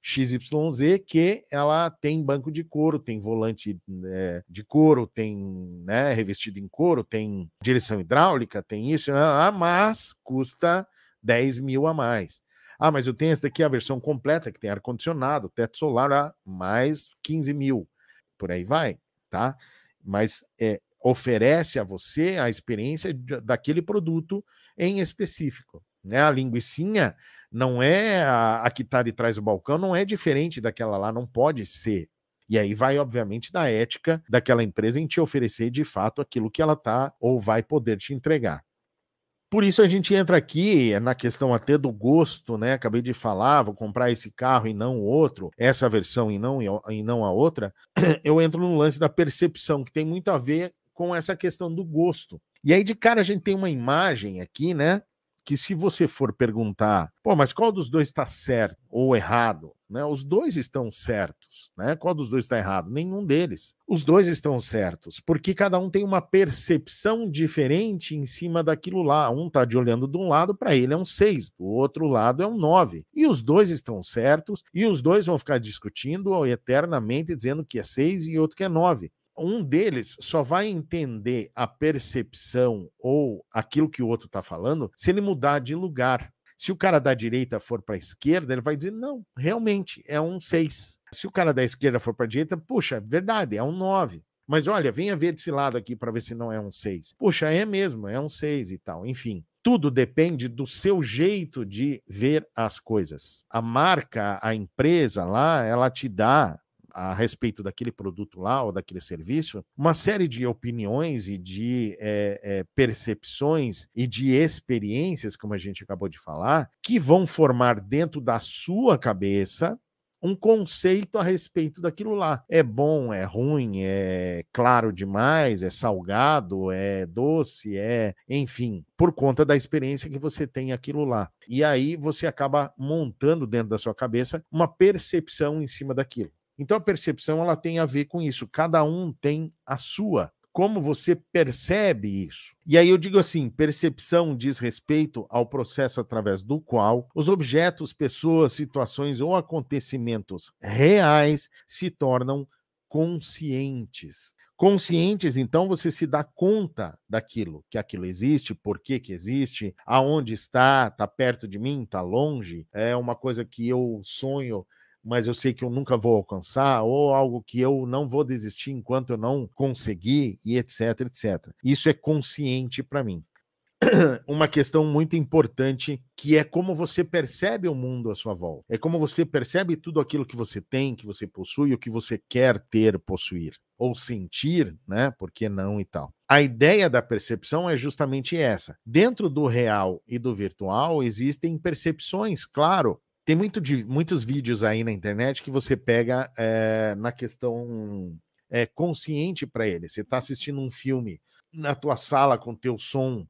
XYZ que ela tem banco de couro, tem volante de couro, tem, né, revestido em couro, tem direção hidráulica, tem isso, mas custa 10 mil a mais. Ah, mas eu tenho essa daqui, a versão completa, que tem ar-condicionado, teto solar, mais 15 mil. Por aí vai, tá? Mas oferece a você a experiência daquele produto em específico. Né? A linguicinha não é a que está de trás do balcão, não é diferente daquela lá, não pode ser. E aí vai, obviamente, da ética daquela empresa em te oferecer, de fato, aquilo que ela está ou vai poder te entregar. Por isso a gente entra aqui na questão até do gosto, né? Acabei de falar, vou comprar esse carro e não o outro, essa versão e não a outra. Eu entro no lance da percepção, que tem muito a ver com essa questão do gosto. E aí, de cara, a gente tem uma imagem aqui, né? Que se você for perguntar, pô, mas qual dos dois está certo ou errado? Né? Os dois estão certos. Né? Qual dos dois está errado? Nenhum deles. Os dois estão certos, porque cada um tem uma percepção diferente em cima daquilo lá. Um está de olhando de um lado, para ele é um 6, do outro lado é um 9. E os dois estão certos, e os dois vão ficar discutindo eternamente, dizendo que é 6 e outro que é 9. Um deles só vai entender a percepção ou aquilo que o outro está falando se ele mudar de lugar. Se o cara da direita for para a esquerda, ele vai dizer, não, realmente é um 6. Se o cara da esquerda for para a direita, puxa, verdade, é um 9. Mas olha, venha ver desse lado aqui para ver se não é um 6. Puxa, é mesmo, é um 6 e tal. Enfim, tudo depende do seu jeito de ver as coisas. A marca, a empresa lá, ela te dá a respeito daquele produto lá ou daquele serviço, uma série de opiniões e de percepções e de experiências, como a gente acabou de falar, que vão formar dentro da sua cabeça um conceito a respeito daquilo lá. É bom, é ruim, é claro demais, é salgado, é doce, enfim, por conta da experiência que você tem aquilo lá. E aí você acaba montando dentro da sua cabeça uma percepção em cima daquilo. Então a percepção ela tem a ver com isso. Cada um tem a sua. Como você percebe isso? E aí eu digo assim, percepção diz respeito ao processo através do qual os objetos, pessoas, situações ou acontecimentos reais se tornam conscientes. Conscientes, então, você se dá conta daquilo, que aquilo existe, por que existe, aonde está perto de mim, está longe, é uma coisa que eu sonho, mas eu sei que eu nunca vou alcançar, ou algo que eu não vou desistir enquanto eu não conseguir, e etc, etc. Isso é consciente para mim. Uma questão muito importante, que é como você percebe o mundo à sua volta. É como você percebe tudo aquilo que você tem, que você possui, o que você quer ter, possuir. Ou sentir, né? Por que não e tal. A ideia da percepção é justamente essa. Dentro do real e do virtual existem percepções, claro. Tem muitos vídeos aí na internet que você pega na questão consciente para ele. Você está assistindo um filme na tua sala com teu som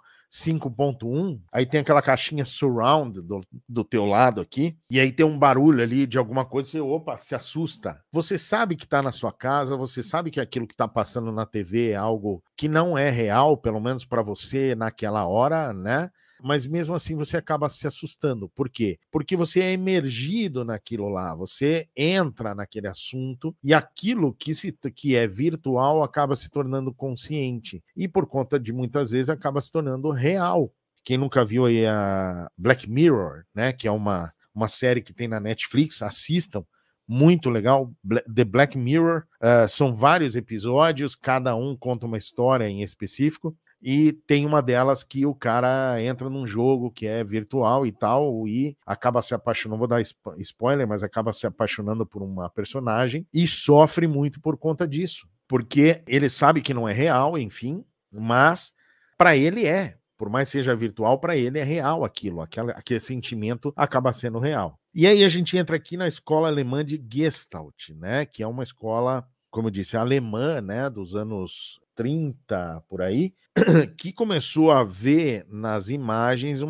5.1, aí tem aquela caixinha surround do teu lado aqui, e aí tem um barulho ali de alguma coisa, você, opa, se assusta. Você sabe que está na sua casa, você sabe que aquilo que está passando na TV é algo que não é real, pelo menos para você naquela hora, né? Mas mesmo assim você acaba se assustando. Por quê? Porque você é emergido naquilo lá, você entra naquele assunto e aquilo que é virtual acaba se tornando consciente e por conta de muitas vezes acaba se tornando real. Quem nunca viu aí a Black Mirror, né, que é uma série que tem na Netflix, assistam, muito legal. The Black Mirror, são vários episódios, cada um conta uma história em específico. E tem uma delas que o cara entra num jogo que é virtual e tal, e acaba se apaixonando, não vou dar spoiler, mas acaba se apaixonando por uma personagem e sofre muito por conta disso, porque ele sabe que não é real, enfim, mas para ele por mais que seja virtual, para ele é real aquilo, aquele sentimento acaba sendo real. E aí a gente entra aqui na escola alemã de Gestalt, né, que é uma escola, como eu disse, alemã, né, dos anos 30 por aí, que começou a ver nas imagens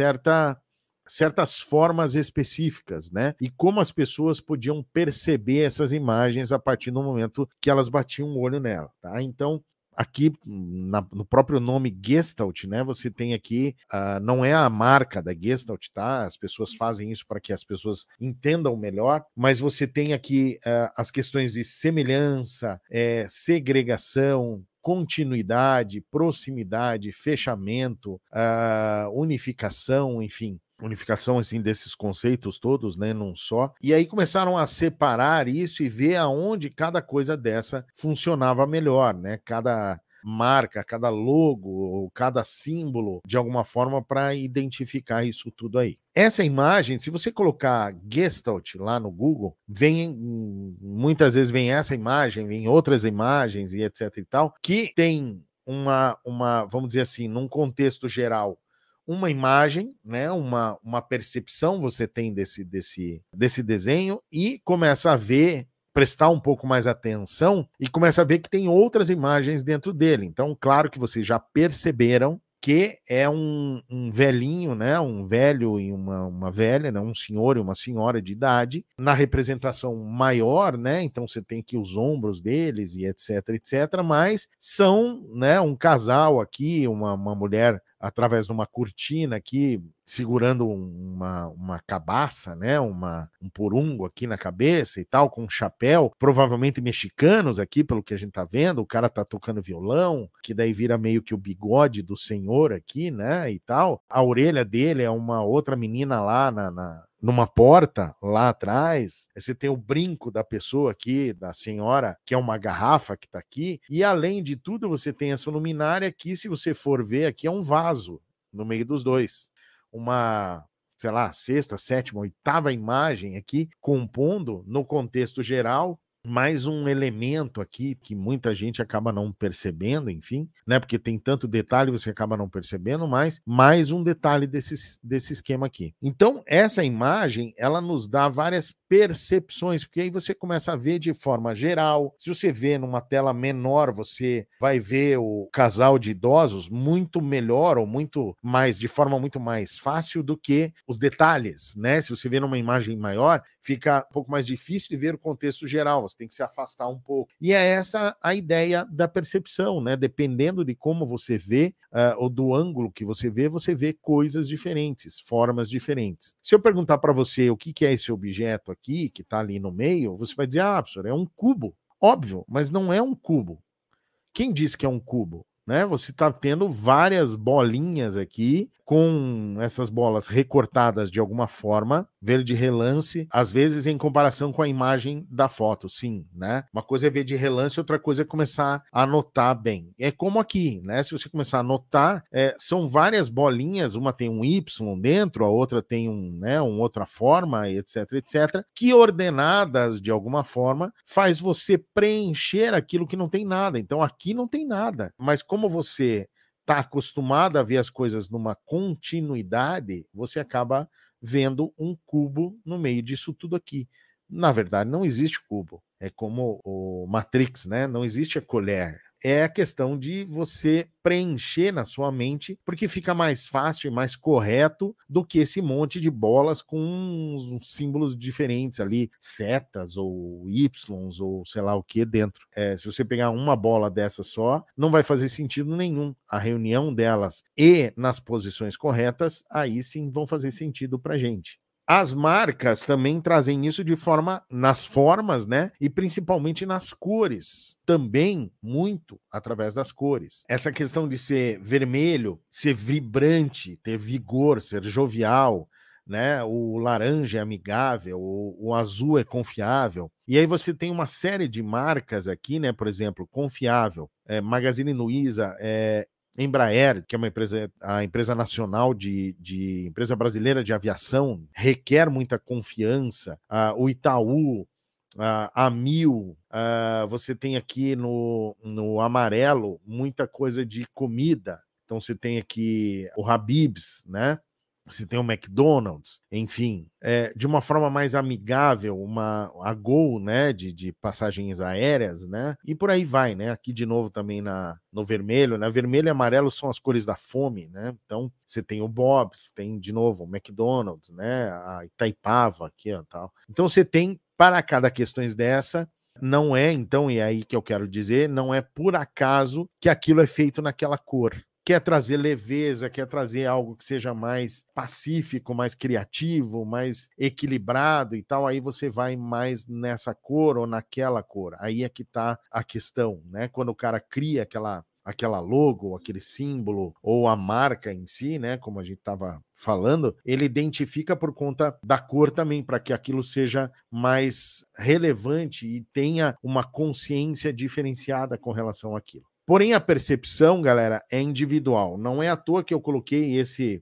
certas formas específicas, né? E como as pessoas podiam perceber essas imagens a partir do momento que elas batiam o olho nela, tá? Então, aqui no próprio nome Gestalt, né? Você tem aqui, não é a marca da Gestalt, tá? As pessoas fazem isso para que as pessoas entendam melhor, mas você tem aqui as questões de semelhança, segregação, continuidade, proximidade, fechamento, unificação, enfim. Unificação assim desses conceitos todos, né, num só. E aí começaram a separar isso e ver aonde cada coisa dessa funcionava melhor, né? Cada marca, cada logo, ou cada símbolo, de alguma forma, para identificar isso tudo aí. Essa imagem, se você colocar Gestalt lá no Google, muitas vezes vem essa imagem, vem outras imagens e etc e tal, que tem vamos dizer assim, num contexto geral, uma imagem, né, uma percepção você tem desse desenho e começa a ver, prestar um pouco mais atenção e começa a ver que tem outras imagens dentro dele. Então, claro que vocês já perceberam que é um velhinho, né, um velho e uma velha, né, um senhor e uma senhora de idade, na representação maior, né, então você tem aqui os ombros deles e etc, mas são, né, um casal aqui, uma mulher através de uma cortina aqui, segurando uma cabaça, né? Um porungo aqui na cabeça e tal, com um chapéu, provavelmente mexicanos aqui, pelo que a gente tá vendo. O cara tá tocando violão, que daí vira meio que o bigode do senhor aqui, né? E tal. A orelha dele é uma outra menina lá numa porta lá atrás. Você tem o brinco da pessoa aqui, da senhora, que é uma garrafa que tá aqui. E além de tudo, você tem essa luminária que, se você for ver, aqui é um vaso no meio dos dois. Uma, sei lá, sexta, sétima, oitava imagem aqui, compondo no contexto geral mais um elemento aqui que muita gente acaba não percebendo, enfim, né? Porque tem tanto detalhe, você acaba não percebendo, mas mais um detalhe desse esquema aqui. Então, essa imagem, ela nos dá várias percepções, porque aí você começa a ver de forma geral. Se você vê numa tela menor, você vai ver o casal de idosos muito melhor ou muito mais, de forma muito mais fácil do que os detalhes, né? Se você vê numa imagem maior, fica um pouco mais difícil de ver o contexto geral, você tem que se afastar um pouco. E é essa a ideia da percepção, né? Dependendo de como você vê, ou do ângulo que você vê coisas diferentes, formas diferentes. Se eu perguntar para você o que é esse objeto aqui, que está ali no meio, você vai dizer, professor, é um cubo. Óbvio, mas não é um cubo. Quem disse que é um cubo? Né? Você está tendo várias bolinhas aqui, com essas bolas recortadas de alguma forma, ver de relance, às vezes em comparação com a imagem da foto, sim, né? Uma coisa é ver de relance, outra coisa é começar a anotar bem. É como aqui, né? Se você começar a anotar, são várias bolinhas, uma tem um Y dentro, a outra tem uma outra forma, etc, que ordenadas de alguma forma faz você preencher aquilo que não tem nada. Então aqui não tem nada, mas como você está acostumado a ver as coisas numa continuidade, você acaba vendo um cubo no meio disso tudo aqui. Na verdade, não existe cubo. É como o Matrix, né? Não existe a colher. É a questão de você preencher na sua mente, porque fica mais fácil e mais correto do que esse monte de bolas com uns símbolos diferentes ali, setas ou Ys ou sei lá o que dentro. Se você pegar uma bola dessa só, não vai fazer sentido nenhum. A reunião delas e nas posições corretas, aí sim vão fazer sentido pra gente. As marcas também trazem isso de forma nas formas, né? E principalmente nas cores. Também muito através das cores. Essa questão de ser vermelho, ser vibrante, ter vigor, ser jovial, né? O laranja é amigável, o azul é confiável. E aí você tem uma série de marcas aqui, né? Por exemplo, confiável, Magazine Luiza, Embraer, que é a empresa nacional empresa brasileira de aviação, requer muita confiança. O Itaú, a Mil, você tem aqui no amarelo muita coisa de comida, Então você tem aqui o Habib's, né? Você tem o McDonald's, enfim, de uma forma mais amigável, a Gol, né, de passagens aéreas, né, e por aí vai, né, aqui de novo também no vermelho, né, vermelho e amarelo são as cores da fome, né, então você tem o Bob's, tem de novo o McDonald's, né, a Itaipava aqui, ó, tal. Então você tem, para cada questões dessa, não é, então, e é aí que eu quero dizer, não é por acaso que aquilo é feito naquela cor. Quer trazer leveza, quer trazer algo que seja mais pacífico, mais criativo, mais equilibrado e tal, aí você vai mais nessa cor ou naquela cor. Aí é que tá a questão, né? Quando o cara cria aquela logo, aquele símbolo ou a marca em si, né, como a gente estava falando, ele identifica por conta da cor também, para que aquilo seja mais relevante e tenha uma consciência diferenciada com relação àquilo. Porém, a percepção, galera, é individual. Não é à toa que eu coloquei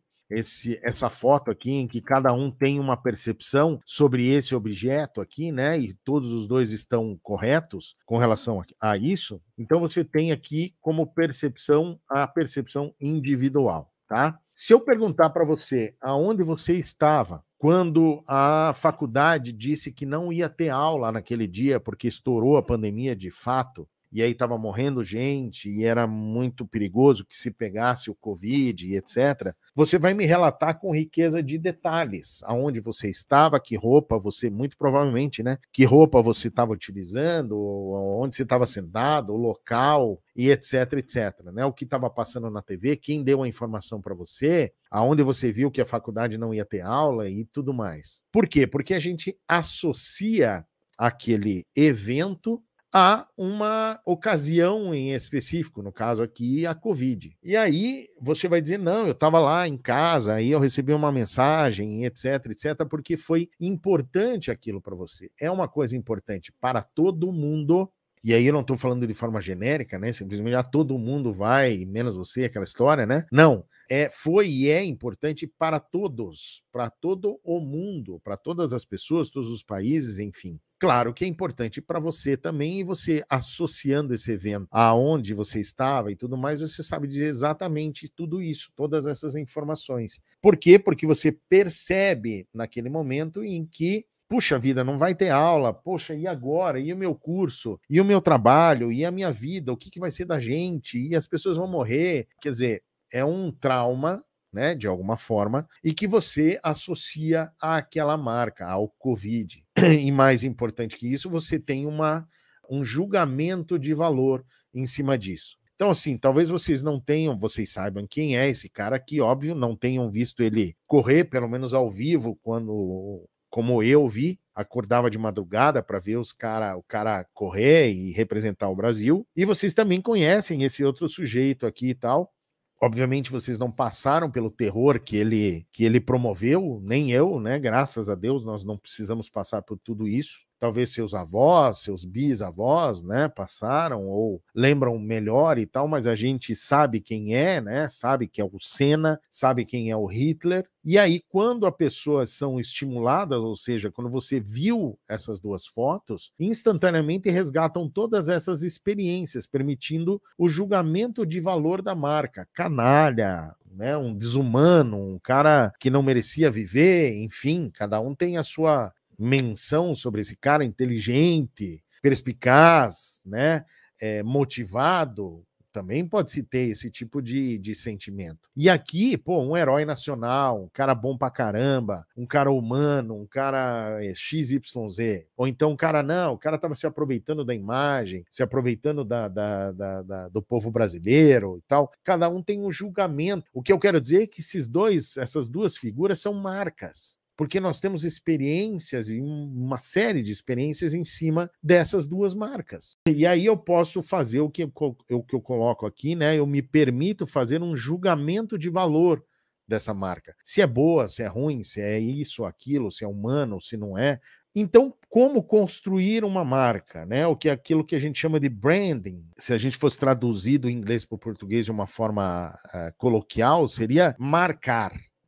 essa foto aqui em que cada um tem uma percepção sobre esse objeto aqui, né? E todos os dois estão corretos com relação a isso. Então você tem aqui como percepção a percepção individual, tá? Se eu perguntar para você aonde você estava quando a faculdade disse que não ia ter aula naquele dia porque estourou a pandemia de fato, e aí estava morrendo gente, e era muito perigoso que se pegasse o Covid e etc., você vai me relatar com riqueza de detalhes, aonde você estava, que roupa você, muito provavelmente, né? Que roupa você estava utilizando, onde você estava sentado, o local, e etc, etc, né? O que estava passando na TV, quem deu a informação para você, aonde você viu que a faculdade não ia ter aula e tudo mais. Por quê? Porque a gente associa aquele evento a uma ocasião em específico, no caso aqui, a Covid. E aí você vai dizer, não, eu estava lá em casa, aí eu recebi uma mensagem, etc, etc, porque foi importante aquilo para você. É uma coisa importante para todo mundo. E aí eu não estou falando de forma genérica, né? Simplesmente todo mundo vai, menos você, aquela história, né? Não. Foi e é importante para todos, para todo o mundo, para todas as pessoas, todos os países, enfim. Claro que é importante para você também, e você associando esse evento aonde você estava e tudo mais, você sabe dizer exatamente tudo isso, todas essas informações. Por quê? Porque você percebe naquele momento em que puxa vida, não vai ter aula, poxa, e agora? E o meu curso? E o meu trabalho? E a minha vida? O que vai ser da gente? E as pessoas vão morrer? Quer dizer, é um trauma, né, de alguma forma, e que você associa àquela marca, ao Covid. E mais importante que isso, você tem um julgamento de valor em cima disso. Então, assim, talvez vocês saibam quem é esse cara aqui, óbvio, não tenham visto ele correr, pelo menos ao vivo, como eu vi, acordava de madrugada para ver o cara correr e representar o Brasil. E vocês também conhecem esse outro sujeito aqui e tal. Obviamente vocês não passaram pelo terror que ele promoveu, nem eu, né? Graças a Deus nós não precisamos passar por tudo isso. Talvez seus avós, seus bisavós, né, passaram ou lembram melhor e tal, mas a gente sabe quem é, né? Sabe que é o Senna, sabe quem é o Hitler. E aí, quando as pessoas são estimuladas, ou seja, quando você viu essas duas fotos, instantaneamente resgatam todas essas experiências, permitindo o julgamento de valor da marca. Canalha, né, um desumano, um cara que não merecia viver, enfim, cada um tem a sua menção sobre esse cara, inteligente, perspicaz, né, motivado. Também pode-se ter esse tipo de sentimento. E aqui, pô, um herói nacional, um cara bom pra caramba, um cara humano, um cara XYZ. Ou então o cara tava se aproveitando da imagem, se aproveitando do povo brasileiro e tal. Cada um tem um julgamento. O que eu quero dizer é que essas duas figuras são marcas, porque nós temos experiências, e uma série de experiências em cima dessas duas marcas. E aí eu posso fazer o que eu coloco aqui, né? Eu me permito fazer um julgamento de valor dessa marca. Se é boa, se é ruim, se é isso, aquilo, se é humano, se não é. Então, como construir uma marca, né? O que é aquilo que a gente chama de branding. Se a gente fosse traduzir do inglês para o português de uma forma coloquial, seria marcar.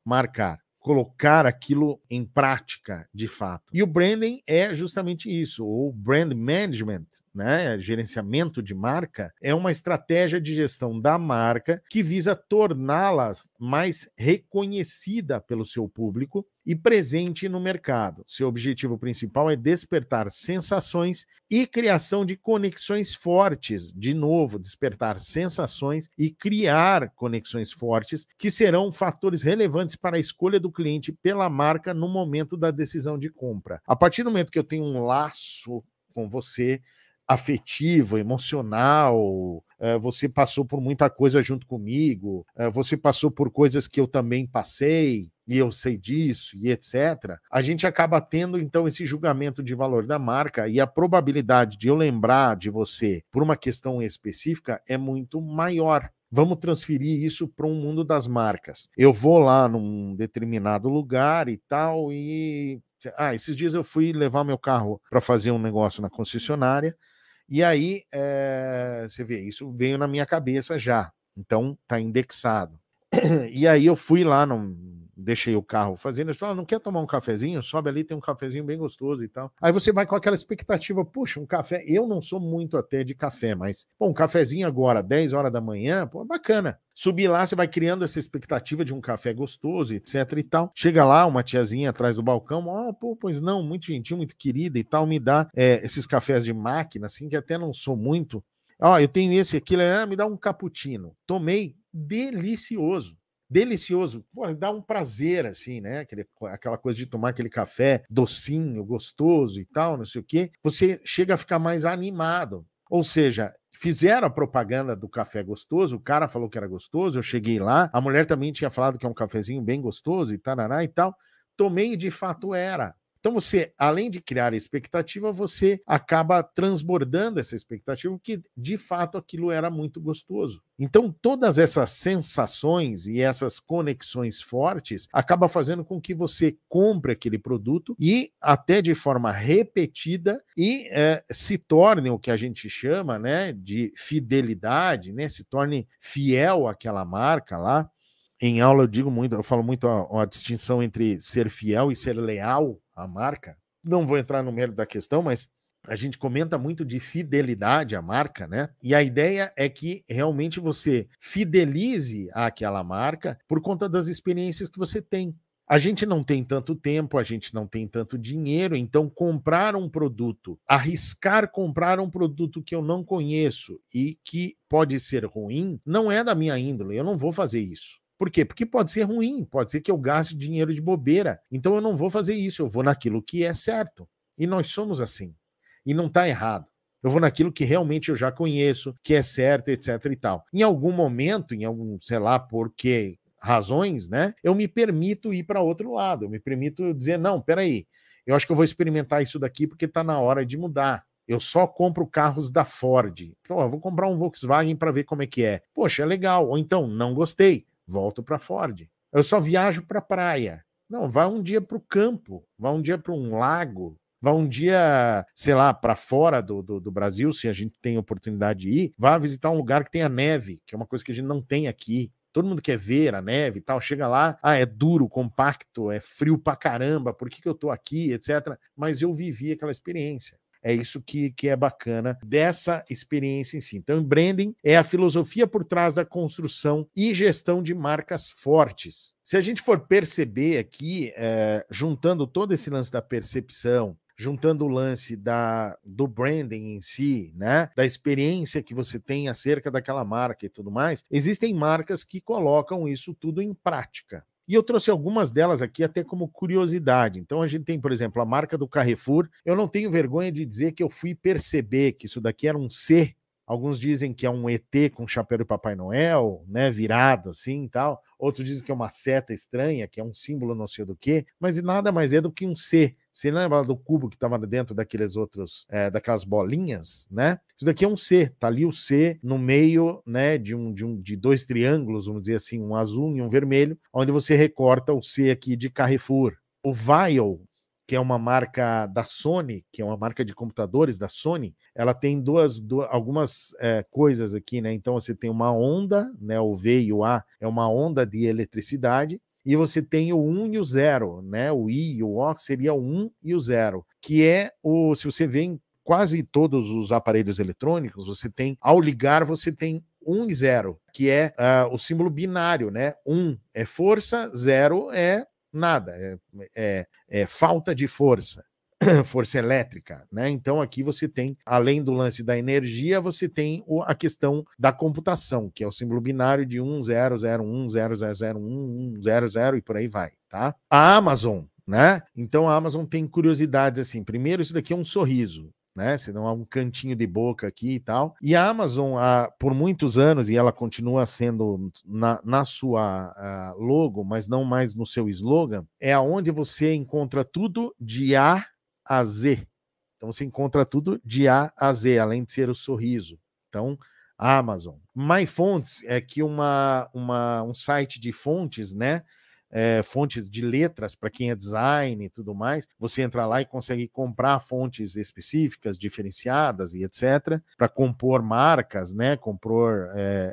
Colocar aquilo em prática, de fato. E o branding é justamente isso, o brand management, né, gerenciamento de marca, é uma estratégia de gestão da marca que visa torná-la mais reconhecida pelo seu público e presente no mercado. Seu objetivo principal é despertar sensações e criação de conexões fortes. De novo, despertar sensações e criar conexões fortes que serão fatores relevantes para a escolha do cliente pela marca no momento da decisão de compra. A partir do momento que eu tenho um laço com você, afetivo, emocional, você passou por muita coisa junto comigo, você passou por coisas que eu também passei, e eu sei disso, e etc., a gente acaba tendo, então, esse julgamento de valor da marca, e a probabilidade de eu lembrar de você por uma questão específica é muito maior. Vamos transferir isso para um mundo das marcas. Eu vou lá num determinado lugar e tal, e... esses dias eu fui levar meu carro para fazer um negócio na concessionária, e aí, você vê, isso veio na minha cabeça já, então tá indexado. E aí eu fui lá, deixei o carro fazendo, eles falaram, não quer tomar um cafezinho? Sobe ali, tem um cafezinho bem gostoso e tal. Aí você vai com aquela expectativa, puxa, um café, eu não sou muito até de café, mas, pô, um cafezinho agora, 10 horas da manhã, pô, bacana. Subir lá, você vai criando essa expectativa de um café gostoso, etc e tal. Chega lá, uma tiazinha atrás do balcão, pois não, muito gentil, muito querida e tal, me dá esses cafés de máquina, assim, que até não sou muito. Eu tenho esse aqui, me dá um cappuccino. Tomei, delicioso. Delicioso. Pô, dá um prazer, assim, né? Aquela coisa de tomar aquele café docinho, gostoso e tal, não sei o quê. Você chega a ficar mais animado. Ou seja, fizeram a propaganda do café gostoso, o cara falou que era gostoso, eu cheguei lá, a mulher também tinha falado que é um cafezinho bem gostoso e tarará e tal. Tomei e de fato era. Então você, além de criar expectativa, você acaba transbordando essa expectativa, que de fato aquilo era muito gostoso. Então todas essas sensações e essas conexões fortes acabam fazendo com que você compre aquele produto e até de forma repetida e se torne o que a gente chama, né, de fidelidade, né, se torne fiel àquela marca lá. Em aula eu falo muito a distinção entre ser fiel e ser leal à marca. Não vou entrar no mérito da questão, mas a gente comenta muito de fidelidade à marca, né? E a ideia é que realmente você fidelize àquela marca por conta das experiências que você tem. A gente não tem tanto tempo, a gente não tem tanto dinheiro, então comprar um produto, arriscar comprar um produto que eu não conheço e que pode ser ruim, não é da minha índole, eu não vou fazer isso. Por quê? Porque pode ser ruim, pode ser que eu gaste dinheiro de bobeira. Então eu não vou fazer isso, eu vou naquilo que é certo. E nós somos assim. E não está errado. Eu vou naquilo que realmente eu já conheço, que é certo, etc e tal. Em algum momento, sei lá por que razões, né, eu me permito ir para outro lado. Eu me permito dizer, não, peraí, eu acho que eu vou experimentar isso daqui porque está na hora de mudar. Eu só compro carros da Ford. Então, eu vou comprar um Volkswagen para ver como é que é. Poxa, é legal. Ou então, não gostei. Volto para Ford. Eu só viajo para praia. Não, vá um dia para o campo, vá um dia para um lago, vá um dia, sei lá, para fora do Brasil, se a gente tem oportunidade de ir, vá visitar um lugar que tenha neve, que é uma coisa que a gente não tem aqui. Todo mundo quer ver a neve e tal, chega lá, é duro, compacto, é frio pra caramba, por que eu tô aqui, etc. Mas eu vivi aquela experiência. É isso que é bacana dessa experiência em si. Então, branding é a filosofia por trás da construção e gestão de marcas fortes. Se a gente for perceber aqui, juntando todo esse lance da percepção, juntando o lance do branding em si, né, da experiência que você tem acerca daquela marca e tudo mais, existem marcas que colocam isso tudo em prática. E eu trouxe algumas delas aqui até como curiosidade. Então a gente tem, por exemplo, a marca do Carrefour. Eu não tenho vergonha de dizer que eu fui perceber que isso daqui era um C. Alguns dizem que é um ET com chapéu de Papai Noel, né, virado assim e tal. Outros dizem que é uma seta estranha, que é um símbolo não sei do quê, mas nada mais é do que um C. Você lembra do cubo que estava dentro daqueles outros, daquelas bolinhas, né? Isso daqui é um C, tá ali o C no meio, né, de dois triângulos, vamos dizer assim, um azul e um vermelho, onde você recorta o C aqui de Carrefour. O Vaio, que é uma marca da Sony, que é uma marca de computadores da Sony, ela tem algumas coisas aqui, né? Então você tem uma onda, né? O V e o A é uma onda de eletricidade, e você tem o 1 e o 0, né? O I e o O seria o 1 e o 0, que é se você vê quase todos os aparelhos eletrônicos, você tem, ao ligar, você tem 1 e 0, que é o símbolo binário, né? 1 é força, 0 é nada, é falta de força. Força elétrica, né? Então aqui você tem, além do lance da energia, você tem a questão da computação, que é o símbolo binário de 1, 0, 0, 1, 0, 0, 0, 1, 1, 0, 0 e por aí vai, tá? A Amazon, né? Então a Amazon tem curiosidades assim. Primeiro, isso daqui é um sorriso, né? Senão há um cantinho de boca aqui e tal. E a Amazon, por muitos anos, e ela continua sendo na sua logo, mas não mais no seu slogan, é aonde você encontra tudo de A Z. Então você encontra tudo de A a Z, além de ser o sorriso. Então, Amazon. MyFonts é que um site de fontes, né? Fontes de letras para quem é design e tudo mais. Você entra lá e consegue comprar fontes específicas, diferenciadas e etc. para compor marcas, né? Compor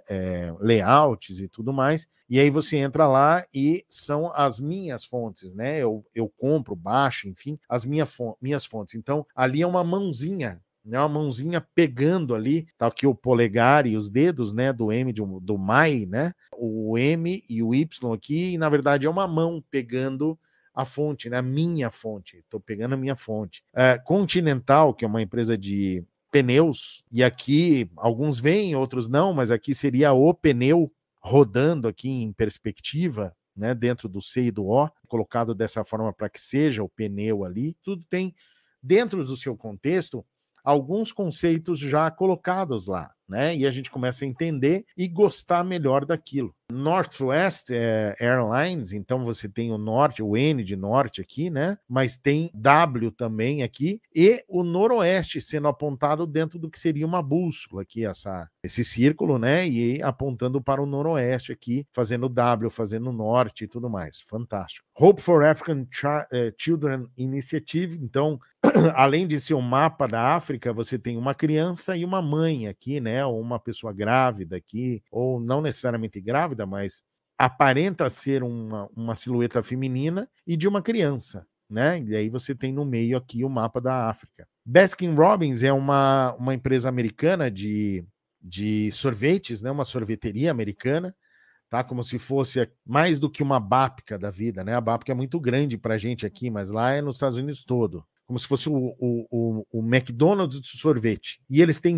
layouts e tudo mais. E aí você entra lá e são as minhas fontes, né? Eu compro, baixo, enfim, as minhas fontes. Então, ali é uma mãozinha, né? Uma mãozinha pegando ali, tá aqui o polegar e os dedos, né? Do M, do My, né? O M e o Y aqui, e, na verdade, é uma mão pegando a fonte, né? A minha fonte. Estou pegando a minha fonte. Continental, que é uma empresa de pneus, e aqui alguns vêm, outros não, mas aqui seria o pneu rodando aqui em perspectiva, né, dentro do C e do O, colocado dessa forma para que seja o pneu ali. Tudo tem, dentro do seu contexto, alguns conceitos já colocados lá, né? E a gente começa a entender e gostar melhor daquilo. Northwest Airlines, então você tem o norte, o N de norte aqui, né? Mas tem W também aqui, e o noroeste sendo apontado dentro do que seria uma bússola aqui, esse círculo, né? E apontando para o noroeste aqui, fazendo W, fazendo norte e tudo mais. Fantástico. Hope for African Children Initiative, então, além de ser um mapa da África, você tem uma criança e uma mãe aqui, né? Ou uma pessoa grávida aqui, ou não necessariamente grávida, mas aparenta ser uma silhueta feminina e de uma criança, né? E aí você tem no meio aqui o mapa da África. Baskin-Robbins é uma empresa americana de sorvetes, né? Uma sorveteria americana, tá? Como se fosse mais do que uma Bapka da vida, né? A Bapka é muito grande pra gente aqui, mas lá é nos Estados Unidos todo. Como se fosse o McDonald's de sorvete. E eles têm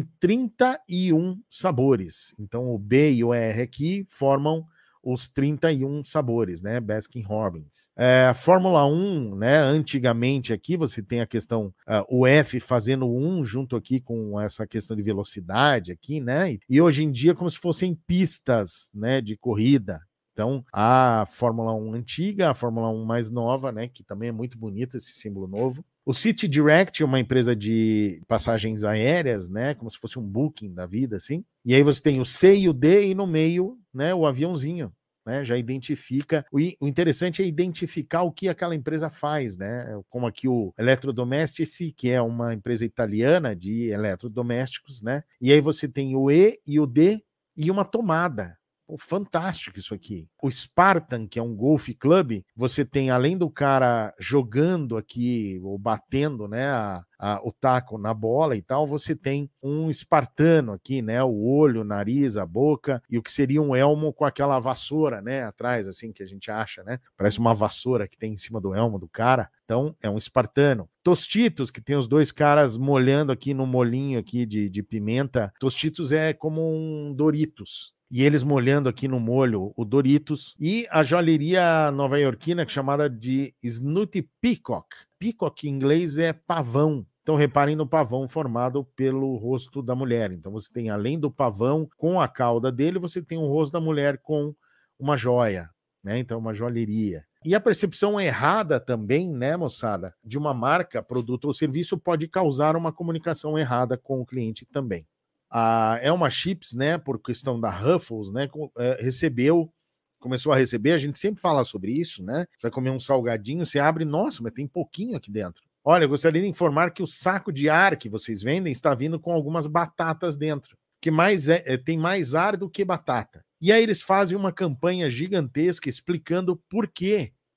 31 sabores. Então o B e o R aqui formam os 31 sabores, né? Baskin-Robbins. Fórmula 1, né? Antigamente aqui você tem a questão, o F fazendo 1 junto aqui com essa questão de velocidade aqui, né? E hoje em dia como se fossem pistas, né? De corrida. Então, a Fórmula 1 antiga, a Fórmula 1 mais nova, né? Que também é muito bonito esse símbolo novo. O City Direct é uma empresa de passagens aéreas, né? Como se fosse um booking da vida, assim. E aí você tem o C e o D e no meio, né? O aviãozinho, né? Já identifica. O interessante é identificar o que aquela empresa faz, né? Como aqui o Electrodomestici, que é uma empresa italiana de eletrodomésticos, né? E aí você tem o E e o D e uma tomada. Pô, fantástico isso aqui. O Spartan, que é um golf club, você tem, além do cara jogando aqui, ou batendo, né, o taco na bola e tal, você tem um espartano aqui, né, o olho, o nariz, a boca, e o que seria um elmo com aquela vassoura, né, atrás, assim, que a gente acha, né, parece uma vassoura que tem em cima do elmo do cara. Então, é um espartano. Tostitos, que tem os dois caras molhando aqui no molinho aqui de pimenta. Tostitos é como um Doritos. E eles molhando aqui no molho o Doritos. E a joalheria nova-iorquina, chamada de Snooty Peacock. Peacock em inglês é pavão. Então reparem no pavão formado pelo rosto da mulher. Então você tem, além do pavão com a cauda dele, você tem o rosto da mulher com uma joia, né? Então uma joalheria. E a percepção errada também, né, moçada, de uma marca, produto ou serviço pode causar uma comunicação errada com o cliente também. A Elma Chips, né, por questão da Ruffles, né, começou a receber, a gente sempre fala sobre isso, né? Você vai comer um salgadinho, você abre, nossa, mas tem pouquinho aqui dentro. Olha, eu gostaria de informar que o saco de ar que vocês vendem está vindo com algumas batatas dentro, que tem mais ar do que batata. E aí eles fazem uma campanha gigantesca explicando por quê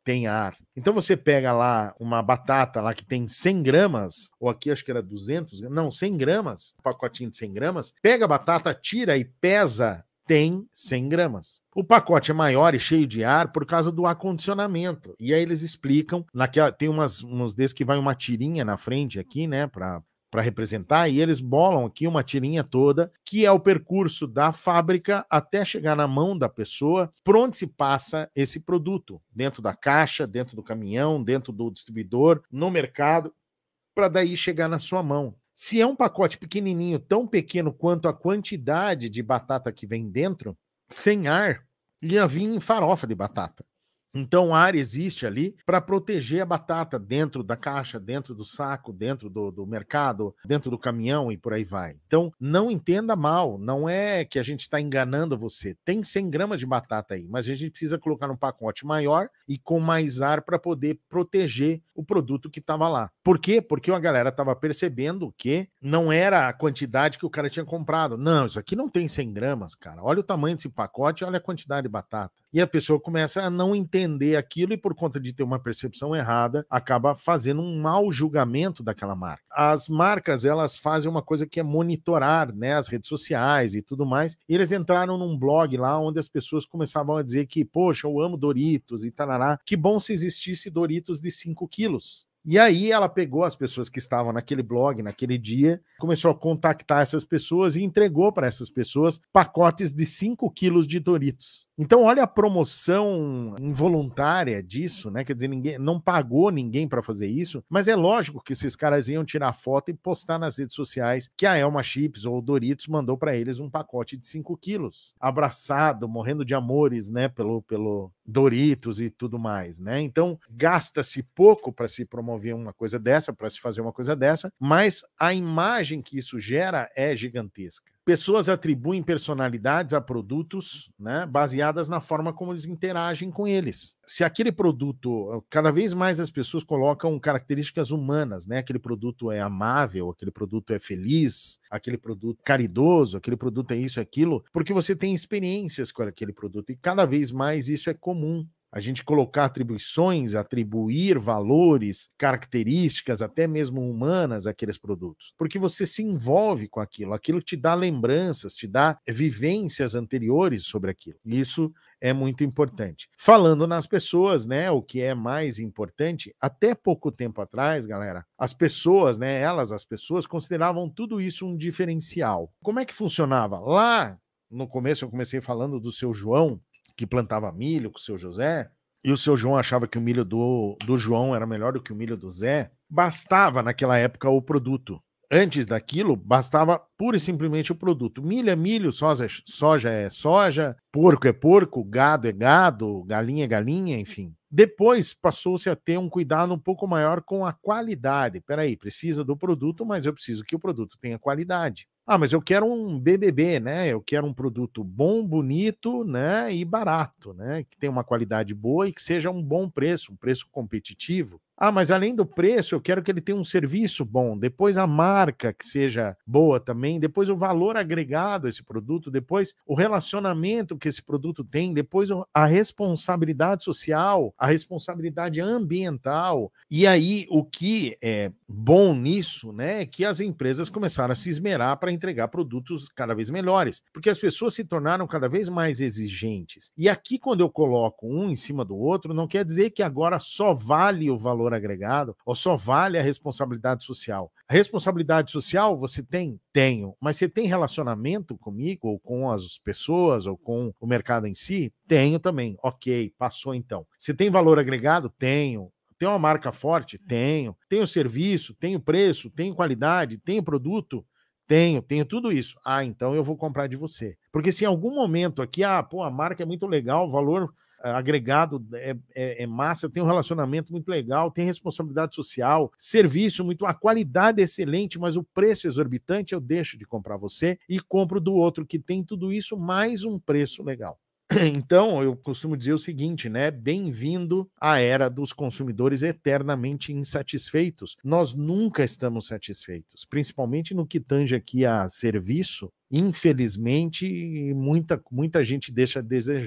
tem ar. Então você pega lá uma batata lá que tem 100 gramas, ou aqui acho que era 200, não, 100 gramas, um pacotinho de 100 gramas, pega a batata, tira e pesa, tem 100 gramas. O pacote é maior e cheio de ar por causa do acondicionamento. E aí eles explicam, tem uns desses que vai uma tirinha na frente aqui, né, para representar, e eles bolam aqui uma tirinha toda, que é o percurso da fábrica até chegar na mão da pessoa, por onde se passa esse produto, dentro da caixa, dentro do caminhão, dentro do distribuidor, no mercado, para daí chegar na sua mão. Se é um pacote pequenininho, tão pequeno quanto a quantidade de batata que vem dentro, sem ar, ia vir em farofa de batata. Então, o ar existe ali para proteger a batata dentro da caixa, dentro do saco, dentro do mercado, dentro do caminhão e por aí vai. Então, não entenda mal, não é que a gente está enganando você. Tem 100 gramas de batata aí, mas a gente precisa colocar num pacote maior e com mais ar para poder proteger o produto que estava lá. Por quê? Porque a galera estava percebendo que não era a quantidade que o cara tinha comprado. Não, isso aqui não tem 100 gramas, cara. Olha o tamanho desse pacote, olha a quantidade de batata. E a pessoa começa a não entender aquilo e, por conta de ter uma percepção errada, acaba fazendo um mau julgamento daquela marca. As marcas, elas fazem uma coisa que é monitorar, né, as redes sociais e tudo mais. E eles entraram num blog lá onde as pessoas começavam a dizer que, poxa, eu amo Doritos e tarará. Que bom se existisse Doritos de 5 quilos. E aí ela pegou as pessoas que estavam naquele blog, naquele dia, começou a contactar essas pessoas e entregou para essas pessoas pacotes de 5 quilos de Doritos. Então olha a promoção involuntária disso, né? Quer dizer, ninguém não pagou ninguém para fazer isso, mas é lógico que esses caras iam tirar foto e postar nas redes sociais que a Elma Chips ou o Doritos mandou para eles um pacote de 5 quilos, abraçado, morrendo de amores, né? Pelo Doritos e tudo mais, né? Então gasta-se pouco para se promover uma coisa dessa, para se fazer uma coisa dessa, mas a imagem que isso gera é gigantesca. Pessoas atribuem personalidades a produtos, né, baseadas na forma como eles interagem com eles. Se aquele produto, cada vez mais as pessoas colocam características humanas, né? Aquele produto é amável, aquele produto é feliz, aquele produto caridoso, aquele produto é isso, é aquilo, porque você tem experiências com aquele produto e cada vez mais isso é comum. A gente colocar atribuições, atribuir valores, características, até mesmo humanas àqueles produtos. Porque você se envolve com aquilo, aquilo te dá lembranças, te dá vivências anteriores sobre aquilo. Isso é muito importante. Falando nas pessoas, né, o que é mais importante, até pouco tempo atrás, galera, as pessoas, né, as pessoas consideravam tudo isso um diferencial. Como é que funcionava? Lá no começo eu comecei falando do seu João, que plantava milho com o seu José, e o seu João achava que o milho do João era melhor do que o milho do Zé. Bastava naquela época o produto. Antes daquilo, bastava pura e simplesmente o produto. Milho é milho, soja é soja, porco é porco, gado é gado, galinha é galinha, enfim. Depois passou-se a ter um cuidado um pouco maior com a qualidade. Peraí, precisa do produto, mas eu preciso que o produto tenha qualidade. Ah, mas eu quero um BBB, né? Eu quero um produto bom, bonito, né? E barato, né? Que tenha uma qualidade boa e que seja um bom preço, um preço competitivo. Ah, mas além do preço, eu quero que ele tenha um serviço bom, depois a marca que seja boa também, depois o valor agregado a esse produto, depois o relacionamento que esse produto tem, depois a responsabilidade social, a responsabilidade ambiental. E aí, o que é bom nisso, né, é que as empresas começaram a se esmerar para entregar produtos cada vez melhores, porque as pessoas se tornaram cada vez mais exigentes. E aqui, quando eu coloco um em cima do outro, não quer dizer que agora só vale o valor agregado ou só vale a responsabilidade social. A responsabilidade social você tem? Tenho. Mas você tem relacionamento comigo ou com as pessoas ou com o mercado em si? Tenho também. Ok, passou então. Você tem valor agregado? Tenho. Tem uma marca forte? Tenho. Tenho serviço? Tenho preço? Tenho qualidade? Tenho produto? Tenho tudo isso. Ah, então eu vou comprar de você. Porque se em algum momento aqui, a marca é muito legal, o valor agregado é massa, tem um relacionamento muito legal, tem responsabilidade social, serviço muito, a qualidade é excelente, mas o preço é exorbitante, eu deixo de comprar você e compro do outro que tem tudo isso mais um preço legal. Então, eu costumo dizer o seguinte, né? Bem-vindo à era dos consumidores eternamente insatisfeitos. Nós nunca estamos satisfeitos, principalmente no que tange aqui a serviço. Infelizmente, muita gente deixa a desejar.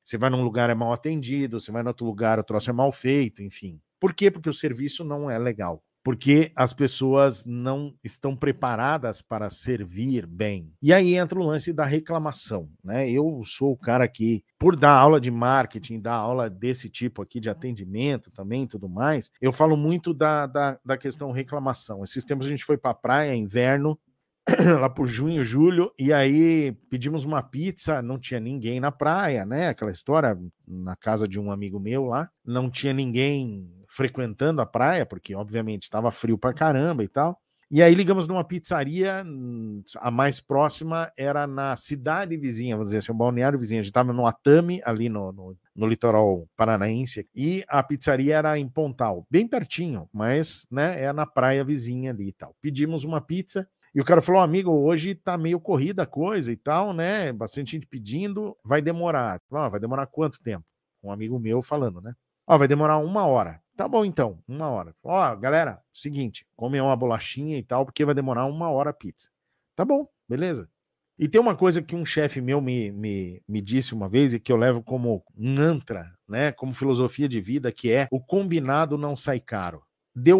Você vai num lugar é mal atendido, você vai em outro lugar o troço é mal feito, enfim. Por quê? Porque o serviço não é legal. Porque as pessoas não estão preparadas para servir bem. E aí entra o lance da reclamação, né? Eu sou o cara que, por dar aula de marketing, dar aula desse tipo aqui de atendimento também, tudo mais, eu falo muito da questão reclamação. Esses tempos a gente foi para a praia, inverno, lá por junho, julho, e aí pedimos uma pizza, não tinha ninguém na praia, né? Aquela história, na casa de um amigo meu lá, não tinha ninguém frequentando a praia, porque obviamente estava frio pra caramba e tal. E aí ligamos numa pizzaria, a mais próxima era na cidade vizinha, vamos dizer assim, o balneário vizinho. A gente estava no Atami, ali no litoral paranaense, e a pizzaria era em Pontal, bem pertinho, mas né, é na praia vizinha ali e tal. Pedimos uma pizza, e o cara falou, amigo, hoje tá meio corrida a coisa e tal, né? Bastante gente pedindo, vai demorar. Vai demorar quanto tempo? Um amigo meu falando, né? Vai demorar 1 hora. Tá bom, então, 1 hora. Galera, seguinte, come uma bolachinha e tal, porque vai demorar 1 hora a pizza. Tá bom, beleza. E tem uma coisa que um chefe meu me disse uma vez e que eu levo como mantra, né? Como filosofia de vida, que é o combinado não sai caro. Deu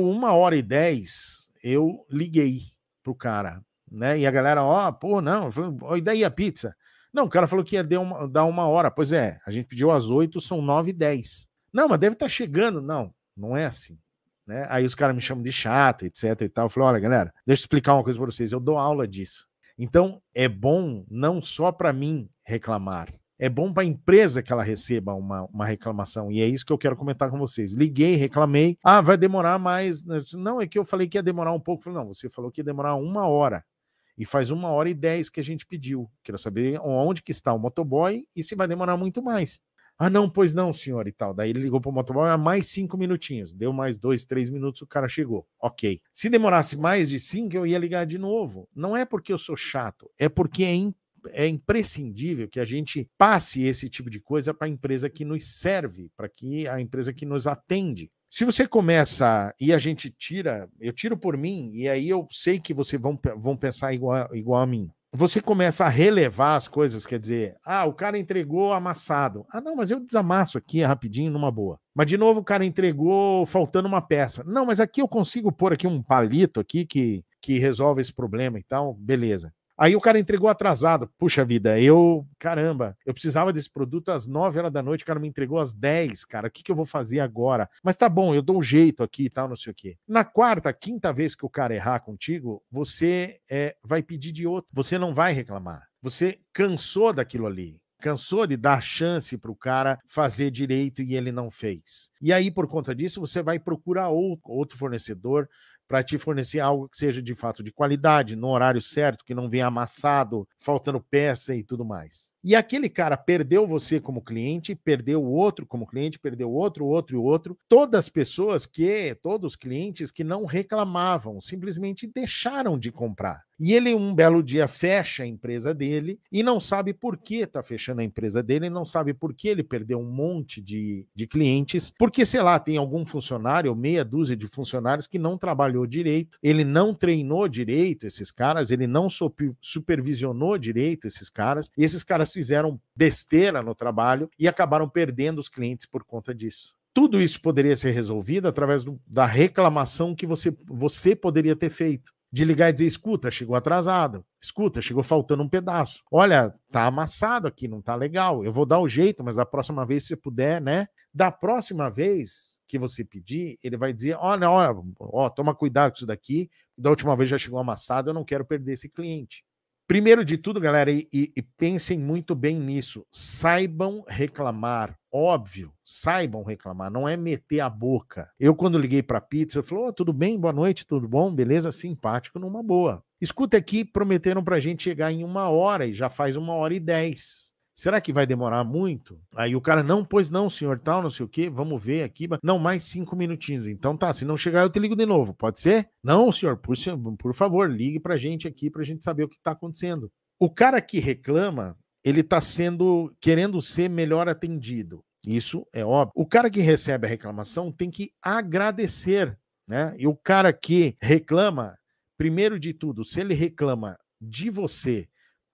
1h10, eu liguei pro cara, né? E a galera, pô, não, e daí a pizza? Não, o cara falou que ia dar 1 hora. Pois é, a gente pediu às 8, são 9h10. Não, mas deve estar chegando. Não, não é assim. Né? Aí os caras me chamam de chato, etc e tal. Eu falei, olha, galera, deixa eu explicar uma coisa para vocês. Eu dou aula disso. Então, é bom não só para mim reclamar, é bom para a empresa que ela receba uma reclamação. E é isso que eu quero comentar com vocês. Liguei, reclamei. Vai demorar mais. Não, é que eu falei que ia demorar um pouco. Eu falei, não, você falou que ia demorar 1 hora. E faz 1h10 que a gente pediu. Quero saber onde que está o motoboy e se vai demorar muito mais. Não, pois não, senhor, e tal. Daí ele ligou para o motoboy há mais 5 minutinhos. Deu mais 2, 3 minutos, o cara chegou. Ok. Se demorasse mais de 5, eu ia ligar de novo. Não é porque eu sou chato, é porque é imprescindível que a gente passe esse tipo de coisa para a empresa que nos serve, para que a empresa que nos atende. Se você começa e a gente tira, eu tiro por mim, e aí eu sei que vocês vão pensar igual a mim. Você começa a relevar as coisas, quer dizer, o cara entregou amassado. Não, mas eu desamasso aqui rapidinho, numa boa. Mas, de novo, o cara entregou faltando uma peça. Não, mas aqui eu consigo pôr aqui um palito aqui que resolve esse problema e tal, beleza. Aí o cara entregou atrasado. Puxa vida, caramba, eu precisava desse produto às 9 horas da noite, o cara me entregou às 10, cara, o que eu vou fazer agora? Mas tá bom, eu dou um jeito aqui e tal, não sei o quê. Na quarta, quinta vez que o cara errar contigo, você vai pedir de outro, você não vai reclamar. Você cansou daquilo ali. Cansou de dar chance para o cara fazer direito e ele não fez. E aí, por conta disso, você vai procurar outro fornecedor para te fornecer algo que seja de fato de qualidade, no horário certo, que não venha amassado, faltando peça e tudo mais. E aquele cara perdeu você como cliente, perdeu o outro como cliente, perdeu outro e outro. Todos os clientes que não reclamavam, simplesmente deixaram de comprar. E ele, um belo dia, fecha a empresa dele e não sabe por que está fechando a empresa dele, não sabe por que ele perdeu um monte de clientes, porque, sei lá, tem algum funcionário ou meia dúzia de funcionários que não trabalhou direito, ele não treinou direito esses caras, ele não supervisionou direito esses caras, e esses caras fizeram besteira no trabalho e acabaram perdendo os clientes por conta disso. Tudo isso poderia ser resolvido através da reclamação que você poderia ter feito. De ligar e dizer, escuta, chegou atrasado, escuta, chegou faltando um pedaço, olha, tá amassado aqui, não tá legal, eu vou dar o jeito, mas da próxima vez, se você puder, né? Da próxima vez que você pedir, ele vai dizer, olha, toma cuidado com isso daqui, da última vez já chegou amassado, eu não quero perder esse cliente. Primeiro de tudo, galera, e pensem muito bem nisso, saibam reclamar, óbvio, saibam reclamar, não é meter a boca. Eu, quando liguei para a pizza, eu falei, tudo bem, boa noite, tudo bom, beleza, simpático, numa boa. Escuta aqui, prometeram para a gente chegar em 1 hora e já faz 1h10. Será que vai demorar muito? Aí o cara, não, pois não, senhor, tal, não sei o quê, vamos ver aqui. Não, mais 5 minutinhos. Então tá, se não chegar eu te ligo de novo, pode ser? Não, senhor, por favor, ligue pra gente aqui pra gente saber o que tá acontecendo. O cara que reclama, ele tá querendo ser melhor atendido. Isso é óbvio. O cara que recebe a reclamação tem que agradecer, né? E o cara que reclama, primeiro de tudo, se ele reclama de você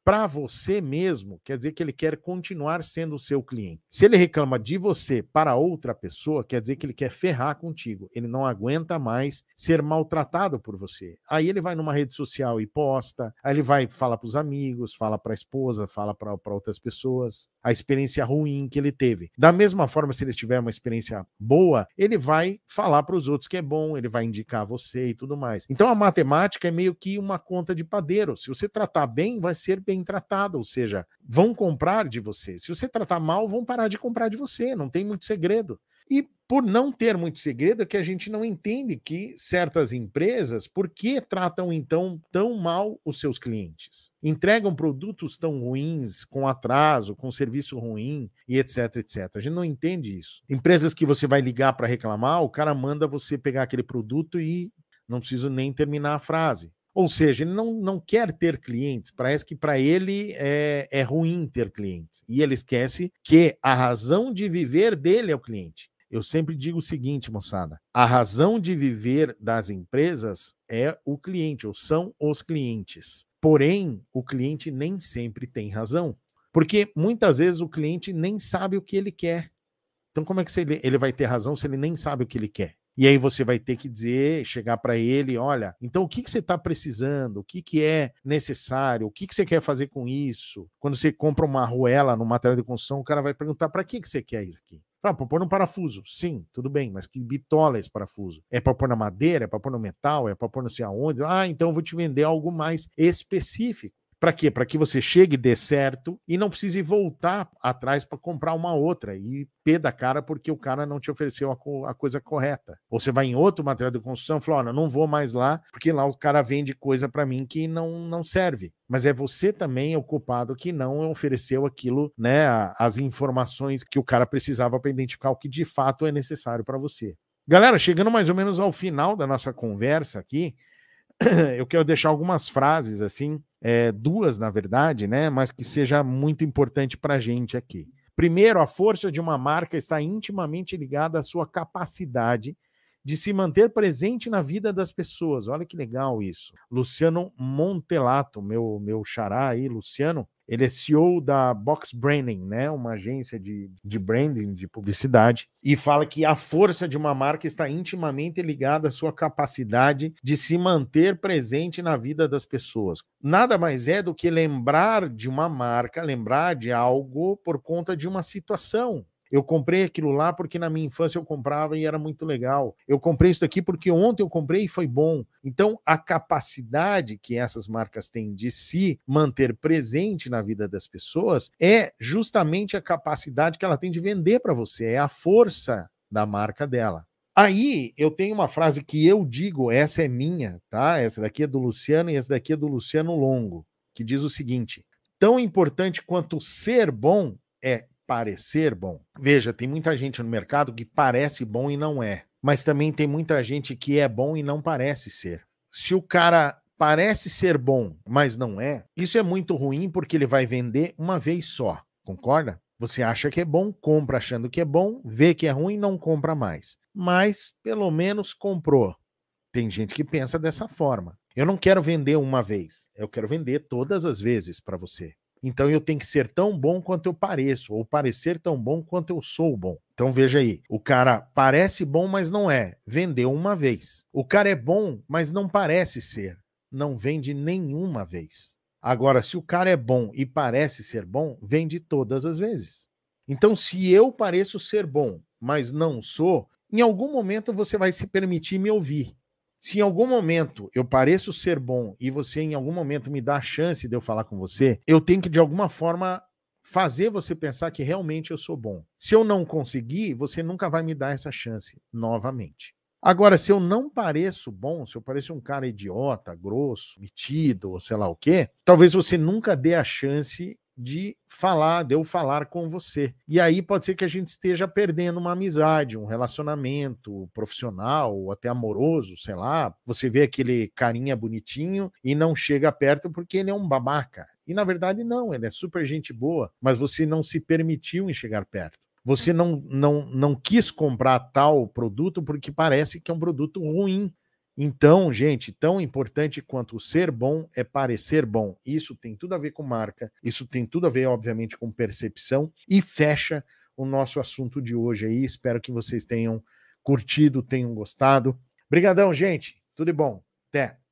para você mesmo, quer dizer que ele quer continuar sendo o seu cliente. Se ele reclama de você para outra pessoa, quer dizer que ele quer ferrar contigo. Ele não aguenta mais ser maltratado por você. Aí ele vai numa rede social e posta, aí ele vai falar para os amigos, fala para a esposa, fala para outras pessoas a experiência ruim que ele teve. Da mesma forma, se ele tiver uma experiência boa, ele vai falar para os outros que é bom, ele vai indicar você e tudo mais. Então a matemática é meio que uma conta de padeiro. Se você tratar bem, vai ser bem tratado, ou seja, vão comprar de você. Se você tratar mal, vão parar de comprar de você, não tem muito segredo. E por não ter muito segredo é que a gente não entende que certas empresas, por que tratam então tão mal os seus clientes? Entregam produtos tão ruins, com atraso, com serviço ruim e etc, etc. A gente não entende isso. Empresas que você vai ligar para reclamar, o cara manda você pegar aquele produto e não preciso nem terminar a frase. Ou seja, ele não quer ter clientes, parece que para ele é ruim ter clientes. E ele esquece que a razão de viver dele é o cliente. Eu sempre digo o seguinte, moçada, a razão de viver das empresas é o cliente, ou são os clientes. Porém, o cliente nem sempre tem razão, porque muitas vezes o cliente nem sabe o que ele quer. Então, como é que ele vai ter razão se ele nem sabe o que ele quer? E aí você vai ter que dizer, chegar para ele, olha, então o que você está precisando? O que é necessário? O que você quer fazer com isso? Quando você compra uma arruela no material de construção, o cara vai perguntar, para que você quer isso aqui? Ah, para pôr no parafuso. Sim, tudo bem, mas que bitola é esse parafuso? É para pôr na madeira? É para pôr no metal? É para pôr não sei aonde? Ah, então eu vou te vender algo mais específico. Para quê? Para que você chegue, dê certo e não precise voltar atrás para comprar uma outra e pé da cara porque o cara não te ofereceu a coisa correta. Ou você vai em outro material de construção e fala, olha, não vou mais lá porque lá o cara vende coisa para mim que não serve. Mas é você também o culpado que não ofereceu aquilo, né, as informações que o cara precisava para identificar o que de fato é necessário para você. Galera, chegando mais ou menos ao final da nossa conversa aqui, eu quero deixar algumas frases assim, duas na verdade, né, mas que seja muito importante para a gente aqui. Primeiro, a força de uma marca está intimamente ligada à sua capacidade de se manter presente na vida das pessoas. Olha que legal isso. Luciano Montelato, meu xará aí, Luciano, ele é CEO da Box Branding, né? Uma agência de branding, de publicidade, e fala que a força de uma marca está intimamente ligada à sua capacidade de se manter presente na vida das pessoas. Nada mais é do que lembrar de uma marca, lembrar de algo por conta de uma situação. Eu comprei aquilo lá porque na minha infância eu comprava e era muito legal. Eu comprei isso daqui porque ontem eu comprei e foi bom. Então, a capacidade que essas marcas têm de se manter presente na vida das pessoas é justamente a capacidade que ela tem de vender para você, é a força da marca dela. Aí, eu tenho uma frase que eu digo, essa é minha, tá? Essa daqui é do Luciano e essa daqui é do Luciano Longo, que diz o seguinte: tão importante quanto ser bom é parecer bom. Veja, tem muita gente no mercado que parece bom e não é, mas também tem muita gente que é bom e não parece ser. Se o cara parece ser bom, mas não é, isso é muito ruim porque ele vai vender uma vez só, concorda? Você acha que é bom, compra achando que é bom, vê que é ruim, não compra mais. Mas pelo menos comprou. Tem gente que pensa dessa forma. Eu não quero vender uma vez, eu quero vender todas as vezes para você. Então eu tenho que ser tão bom quanto eu pareço, ou parecer tão bom quanto eu sou bom. Então veja aí, o cara parece bom, mas não é. Vendeu uma vez. O cara é bom, mas não parece ser. Não vende nenhuma vez. Agora, se o cara é bom e parece ser bom, vende todas as vezes. Então, se eu pareço ser bom, mas não sou, em algum momento você vai se permitir me ouvir. Se em algum momento eu pareço ser bom e você em algum momento me dá a chance de eu falar com você, eu tenho que de alguma forma fazer você pensar que realmente eu sou bom. Se eu não conseguir, você nunca vai me dar essa chance novamente. Agora, se eu não pareço bom, se eu pareço um cara idiota, grosso, metido, ou sei lá o quê, talvez você nunca dê a chance de eu falar com você. E aí pode ser que a gente esteja perdendo uma amizade, um relacionamento profissional ou até amoroso, sei lá. Você vê aquele carinha bonitinho e não chega perto porque ele é um babaca. E na verdade não, ele é super gente boa, mas você não se permitiu em chegar perto. Você não quis comprar tal produto porque parece que é um produto ruim. Então, gente, tão importante quanto o ser bom é parecer bom. Isso tem tudo a ver com marca, isso tem tudo a ver, obviamente, com percepção e fecha o nosso assunto de hoje aí. Espero que vocês tenham curtido, tenham gostado. Obrigadão, gente. Tudo de bom. Até.